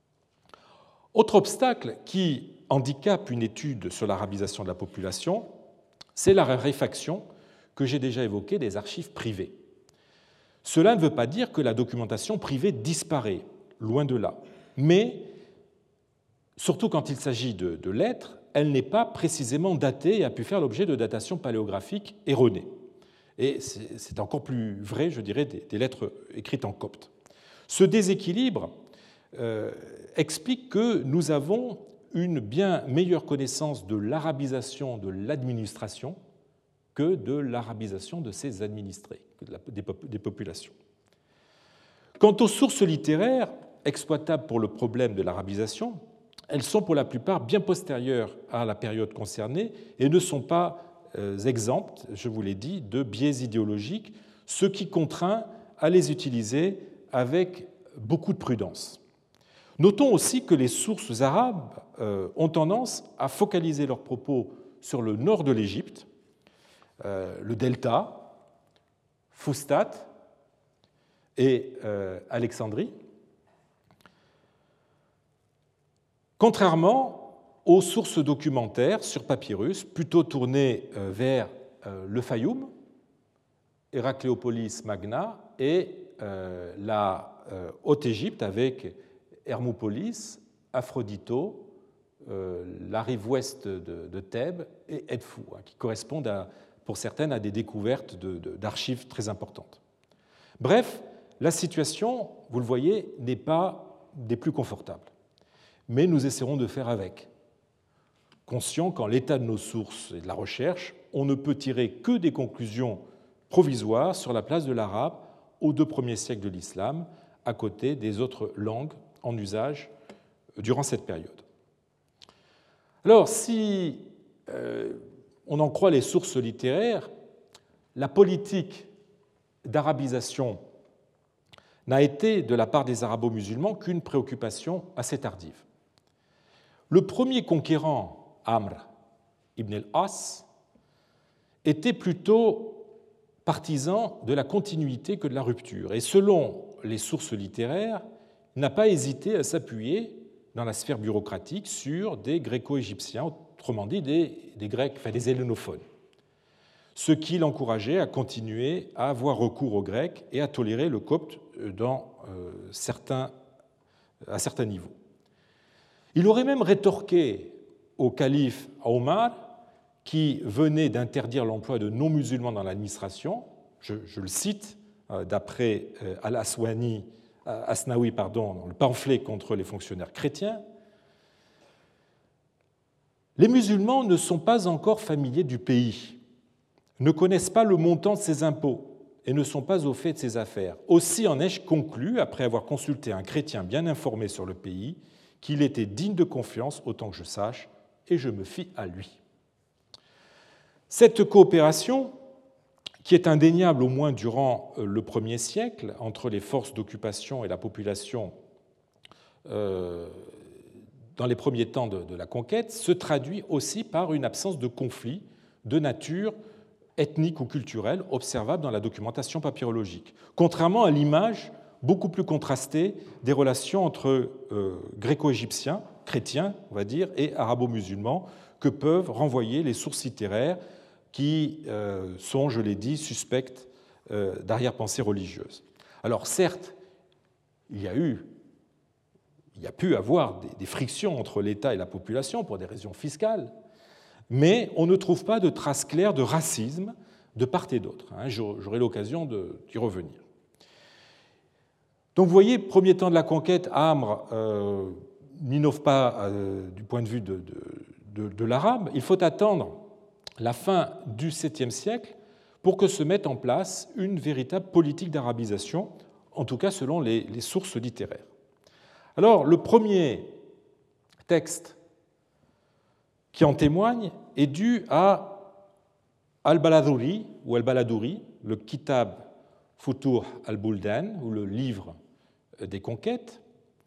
Autre obstacle qui handicape une étude sur l'arabisation de la population, c'est la raréfaction que j'ai déjà évoquée des archives privées. Cela ne veut pas dire que la documentation privée disparaît, loin de là, mais surtout quand il s'agit de, de lettres, elle n'est pas précisément datée et a pu faire l'objet de datations paléographiques erronées. Et c'est encore plus vrai, je dirais, des, des lettres écrites en copte. Ce déséquilibre euh, explique que nous avons une bien meilleure connaissance de l'arabisation de l'administration que de l'arabisation de ses administrés, des populations. Quant aux sources littéraires exploitables pour le problème de l'arabisation, elles sont pour la plupart bien postérieures à la période concernée et ne sont pas exemptes, je vous l'ai dit, de biais idéologiques, ce qui contraint à les utiliser avec beaucoup de prudence. Notons aussi que les sources arabes ont tendance à focaliser leurs propos sur le nord de l'Égypte, le delta, Fustat et Alexandrie, contrairement aux sources documentaires sur papyrus, plutôt tournées vers le Fayoum, Héracléopolis Magna et la Haute-Égypte avec Hermopolis, Aphrodito, la rive ouest de Thèbes et Edfou, qui correspondent à, pour certaines à des découvertes de, de, d'archives très importantes. Bref, la situation, vous le voyez, n'est pas des plus confortables. Mais nous essaierons de faire avec. Conscient qu'en l'état de nos sources et de la recherche, on ne peut tirer que des conclusions provisoires sur la place de l'arabe aux deux premiers siècles de l'islam, à côté des autres langues en usage durant cette période. Alors, si euh, on en croit les sources littéraires, la politique d'arabisation n'a été, de la part des arabo-musulmans, qu'une préoccupation assez tardive. Le premier conquérant, Amr ibn al-As, était plutôt partisan de la continuité que de la rupture. Et selon les sources littéraires, n'a pas hésité à s'appuyer dans la sphère bureaucratique sur des gréco-égyptiens, autrement dit des, des Grecs, enfin des hellénophones, ce qui l'encourageait à continuer à avoir recours aux Grecs et à tolérer le copte dans, euh, certains, à certains niveaux. Il aurait même rétorqué au calife Omar, qui venait d'interdire l'emploi de non-musulmans dans l'administration, je, je le cite euh, d'après euh, Al-Aswani, euh, Asnawi, pardon, dans le pamphlet contre les fonctionnaires chrétiens, les musulmans ne sont pas encore familiers du pays, ne connaissent pas le montant de ses impôts et ne sont pas au fait de ses affaires. Aussi en ai-je conclu, après avoir consulté un chrétien bien informé sur le pays, qu'il était digne de confiance autant que je sache, et je me fie à lui. Cette coopération, qui est indéniable au moins durant le premier siècle, entre les forces d'occupation et la population euh, dans les premiers temps de, de la conquête, se traduit aussi par une absence de conflit de nature ethnique ou culturelle observable dans la documentation papyrologique, contrairement à l'image beaucoup plus contrastée des relations entre euh, gréco-égyptiens, chrétiens, on va dire, et arabo-musulmans, que peuvent renvoyer les sources littéraires qui euh, sont, je l'ai dit, suspectes euh, d'arrière-pensée religieuse. Alors certes, il y a eu, il y a pu avoir des, des frictions entre l'État et la population pour des raisons fiscales, mais on ne trouve pas de traces claires de racisme de part et d'autre. Hein, j'aurai l'occasion d'y revenir. Donc vous voyez, premier temps de la conquête, Amr euh, n'innove pas euh, du point de vue de, de, de, de l'arabe. Il faut attendre la fin du septième siècle pour que se mette en place une véritable politique d'arabisation, en tout cas selon les, les sources littéraires. Alors, le premier texte qui en témoigne est dû à Al-Baladouri ou Al-Baladouri, le Kitab Futuh al-Buldan, ou le livre des conquêtes,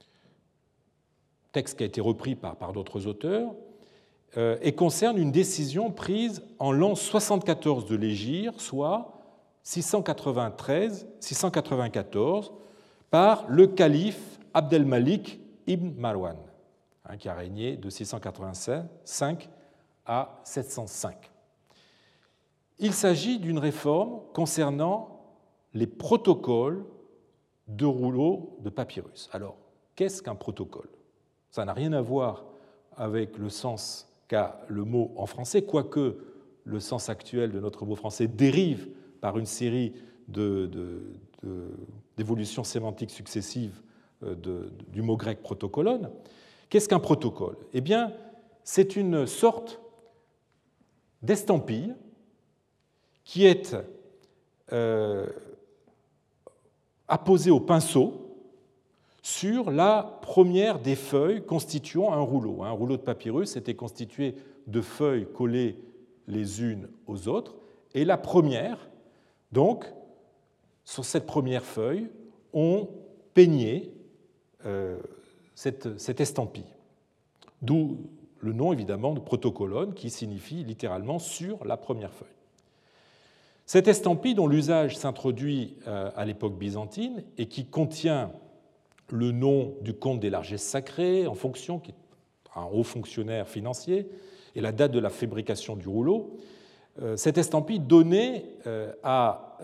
texte qui a été repris par, par d'autres auteurs, euh, et concerne une décision prise en l'an soixante-quatorze de l'Hégire, soit six cent quatre-vingt-treize six cent quatre-vingt-quatorze, par le calife Abdelmalik ibn Marwan, hein, qui a régné de six cent quatre-vingt-cinq à sept cent cinq. Il s'agit d'une réforme concernant les protocoles de rouleaux de papyrus. Alors, qu'est-ce qu'un protocole? Ça n'a rien à voir avec le sens qu'a le mot en français, quoique le sens actuel de notre mot français dérive par une série de, de, de, d'évolutions sémantiques successives de, de, du mot grec protocolone. Qu'est-ce qu'un protocole? Eh bien, c'est une sorte d'estampille qui est euh, apposée au pinceau sur la première des feuilles constituant un rouleau. Un rouleau de papyrus était constitué de feuilles collées les unes aux autres, et la première, donc, sur cette première feuille, on peignait euh, cette, cette estampille. D'où le nom, évidemment, de protocolone, qui signifie littéralement sur la première feuille. Cette estampille, dont l'usage s'introduit à l'époque byzantine et qui contient le nom du comte des largesses sacrées en fonction, qui est un haut fonctionnaire financier, et la date de la fabrication du rouleau, cette estampille donnait à,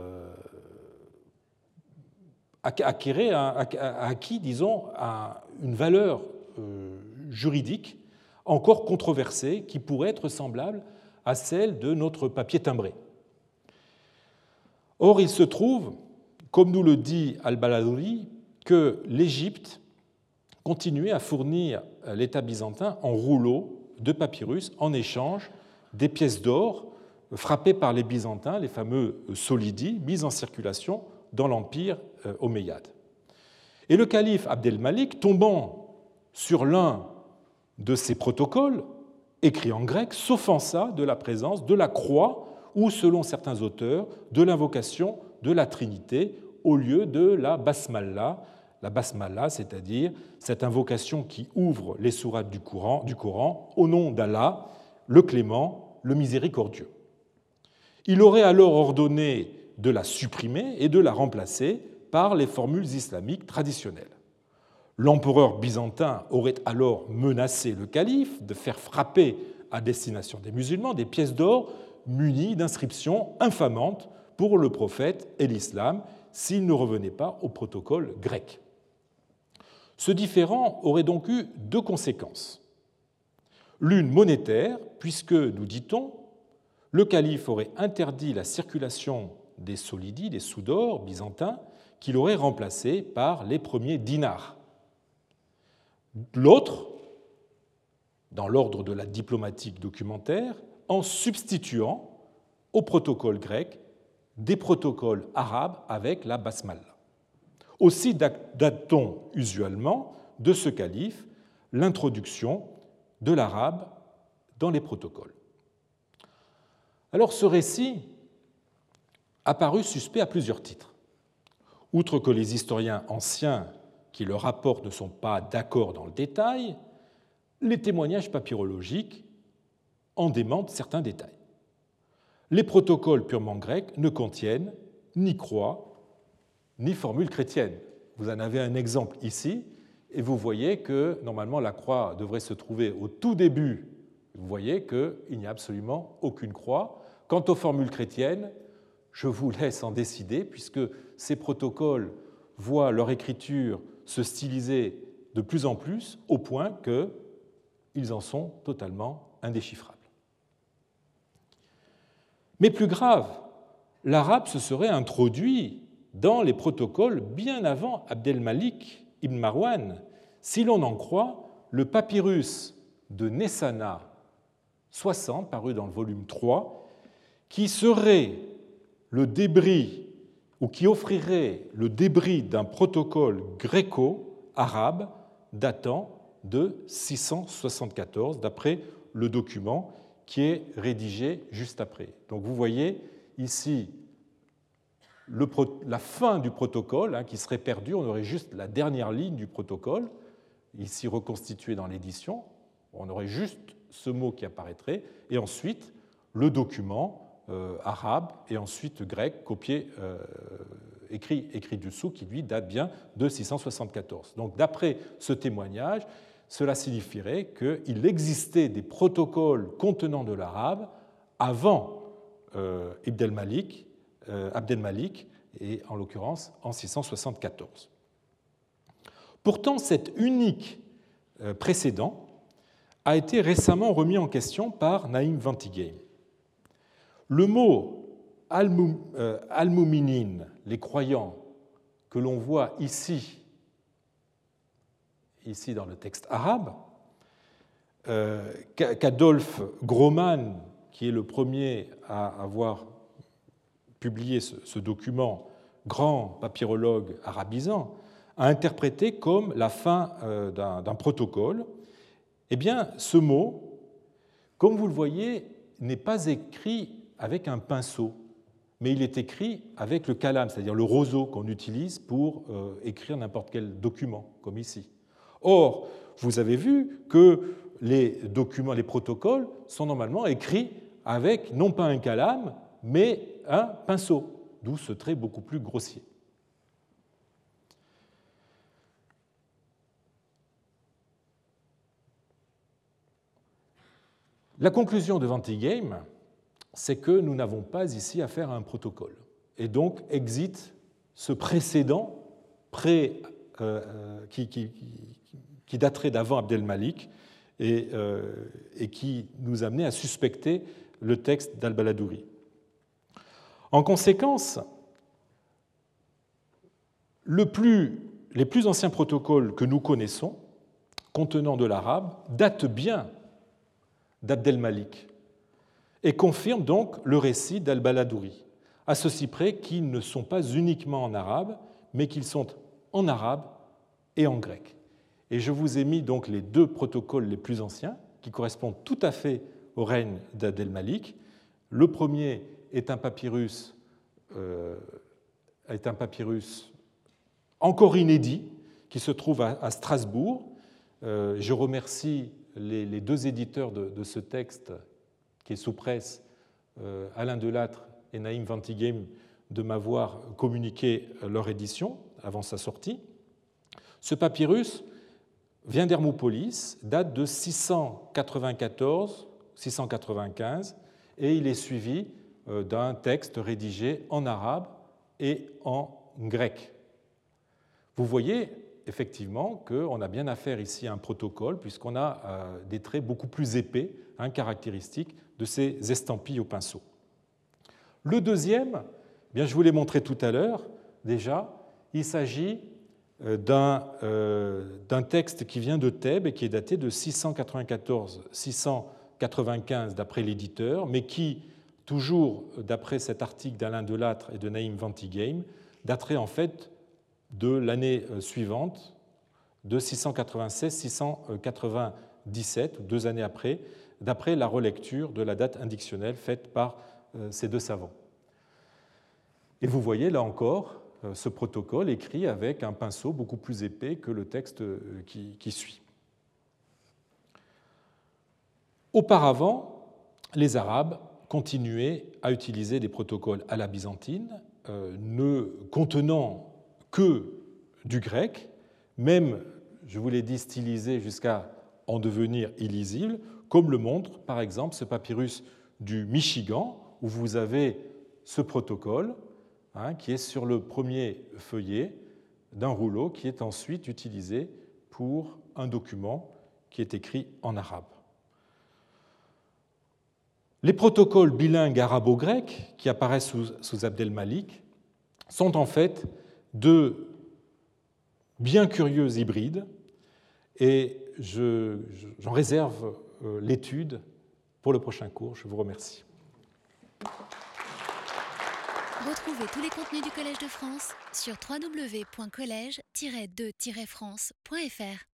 acquérir, à acquis, disons, à une valeur juridique encore controversée qui pourrait être semblable à celle de notre papier timbré. Or, il se trouve, comme nous le dit Al-Baladouri, que l'Égypte continuait à fournir l'État byzantin en rouleaux de papyrus en échange des pièces d'or frappées par les Byzantins, les fameux solidi, mises en circulation dans l'Empire omeyyade. Et le calife Abdelmalik, tombant sur l'un de ces protocoles, écrits en grec, s'offensa de la présence de la croix ou, selon certains auteurs, de l'invocation de la Trinité au lieu de la basmallah. La basmallah, c'est-à-dire cette invocation qui ouvre les sourates du Coran, du Coran au nom d'Allah, le clément, le miséricordieux. Il aurait alors ordonné de la supprimer et de la remplacer par les formules islamiques traditionnelles. L'empereur byzantin aurait alors menacé le calife de faire frapper à destination des musulmans des pièces d'or munies d'inscriptions infamantes pour le prophète et l'islam s'il ne revenait pas au protocole grec. Ce différend aurait donc eu deux conséquences. L'une monétaire, puisque, nous dit-on, le calife aurait interdit la circulation des solidi, des sous d'or byzantins, qu'il aurait remplacés par les premiers dinars. L'autre, dans l'ordre de la diplomatique documentaire, en substituant au protocole grec des protocoles arabes avec la basmala. Aussi date-t-on usuellement de ce calife l'introduction de l'arabe dans les protocoles. Alors ce récit a paru suspect à plusieurs titres. Outre que les historiens anciens qui le rapportent ne sont pas d'accord dans le détail, les témoignages papyrologiques en démentent certains détails. Les protocoles purement grecs ne contiennent ni croix, ni formule chrétienne. Vous en avez un exemple ici, et vous voyez que normalement la croix devrait se trouver au tout début. Vous voyez qu'il n'y a absolument aucune croix. Quant aux formules chrétiennes, je vous laisse en décider, puisque ces protocoles voient leur écriture se styliser de plus en plus, au point qu'ils en sont totalement indéchiffrables. Mais plus grave, l'arabe se serait introduit dans les protocoles bien avant Abdel-Malik ibn Marwan, si l'on en croit le papyrus de Nessana soixante, paru dans le volume trois, qui serait le débris, ou qui offrirait le débris d'un protocole gréco-arabe datant de six cent soixante-quatorze, d'après le document qui est rédigé juste après. Donc vous voyez ici le, la fin du protocole hein, qui serait perdue, on aurait juste la dernière ligne du protocole, ici reconstituée dans l'édition, on aurait juste ce mot qui apparaîtrait, et ensuite le document euh, arabe et ensuite grec, copié, euh, écrit, écrit dessous, qui lui date bien de six cent soixante-quatorze. Donc d'après ce témoignage, cela signifierait qu'il existait des protocoles contenant de l'arabe avant euh, Abdel-Malik, euh, Abdel-Malik, et en l'occurrence en six cent soixante-quatorze. Pourtant, cet unique euh, précédent a été récemment remis en question par Naïm Ventigame. Le mot al-Muminin, les croyants, que l'on voit ici, ici dans le texte arabe, euh, qu'Adolphe Groman, qui est le premier à avoir publié ce, ce document, grand papyrologue arabisant, a interprété comme la fin euh, d'un, d'un protocole. Eh bien, ce mot, comme vous le voyez, n'est pas écrit avec un pinceau, mais il est écrit avec le kalam, c'est-à-dire le roseau qu'on utilise pour euh, écrire n'importe quel document, comme ici. Or, vous avez vu que les documents, les protocoles sont normalement écrits avec non pas un kalam, mais un pinceau, d'où ce trait beaucoup plus grossier. La conclusion de Ventigame, c'est que nous n'avons pas ici affaire à un protocole. Et donc, exit ce précédent pré, euh, qui, qui, qui daterait d'avant Abdel-Malik et, euh, et qui nous amenait à suspecter le texte d'Al-Baladouri. En conséquence, le plus, les plus anciens protocoles que nous connaissons, contenant de l'arabe, datent bien d'Abdel-Malik et confirment donc le récit d'Al-Baladouri, à ceci près qu'ils ne sont pas uniquement en arabe, mais qu'ils sont en arabe et en grec. Et je vous ai mis donc les deux protocoles les plus anciens, qui correspondent tout à fait au règne d'Abdel-Malik. Le premier est un papyrus, euh, est un papyrus encore inédit, qui se trouve à, à Strasbourg. Euh, je remercie les, les deux éditeurs de, de ce texte, qui est sous presse, euh, Alain Delattre et Naïm Ventigame, de m'avoir communiqué leur édition avant sa sortie. Ce papyrus vient d'Hermopolis, date de six cent quatre-vingt-quatorze six cent quatre-vingt-quinze, et il est suivi d'un texte rédigé en arabe et en grec. Vous voyez, effectivement qu'on a bien affaire ici à un protocole, puisqu'on a euh, des traits beaucoup plus épais, hein, caractéristiques de ces estampilles au pinceau. Le deuxième, eh bien, je vous l'ai montré tout à l'heure déjà, il s'agit d'un euh, d'un texte qui vient de Thèbes et qui est daté de six cent quatre-vingt-quatorze à six cent quatre-vingt-quinze d'après l'éditeur, mais qui, toujours d'après cet article d'Alain Delattre et de Naïm Ventigame, daterait en fait de l'année suivante, de six cent quatre-vingt-seize à six cent quatre-vingt-dix-sept, ou deux années après, d'après la relecture de la date indictionnelle faite par ces deux savants. Et vous voyez là encore ce protocole écrit avec un pinceau beaucoup plus épais que le texte qui, qui suit. Auparavant, les Arabes continuaient à utiliser des protocoles à la byzantine, euh, ne contenant que du grec, même, je vous l'ai dit, stylisé jusqu'à en devenir illisible, comme le montre par exemple ce papyrus du Michigan, où vous avez ce protocole, hein, qui est sur le premier feuillet d'un rouleau qui est ensuite utilisé pour un document qui est écrit en arabe. Les protocoles bilingues arabo-grecs qui apparaissent sous, sous Abdel-Malik sont en fait de bien curieux hybrides et je, j'en réserve l'étude pour le prochain cours. Je vous remercie. Retrouvez tous les contenus du Collège de France sur w w w point collège tiret de tiret france point f r.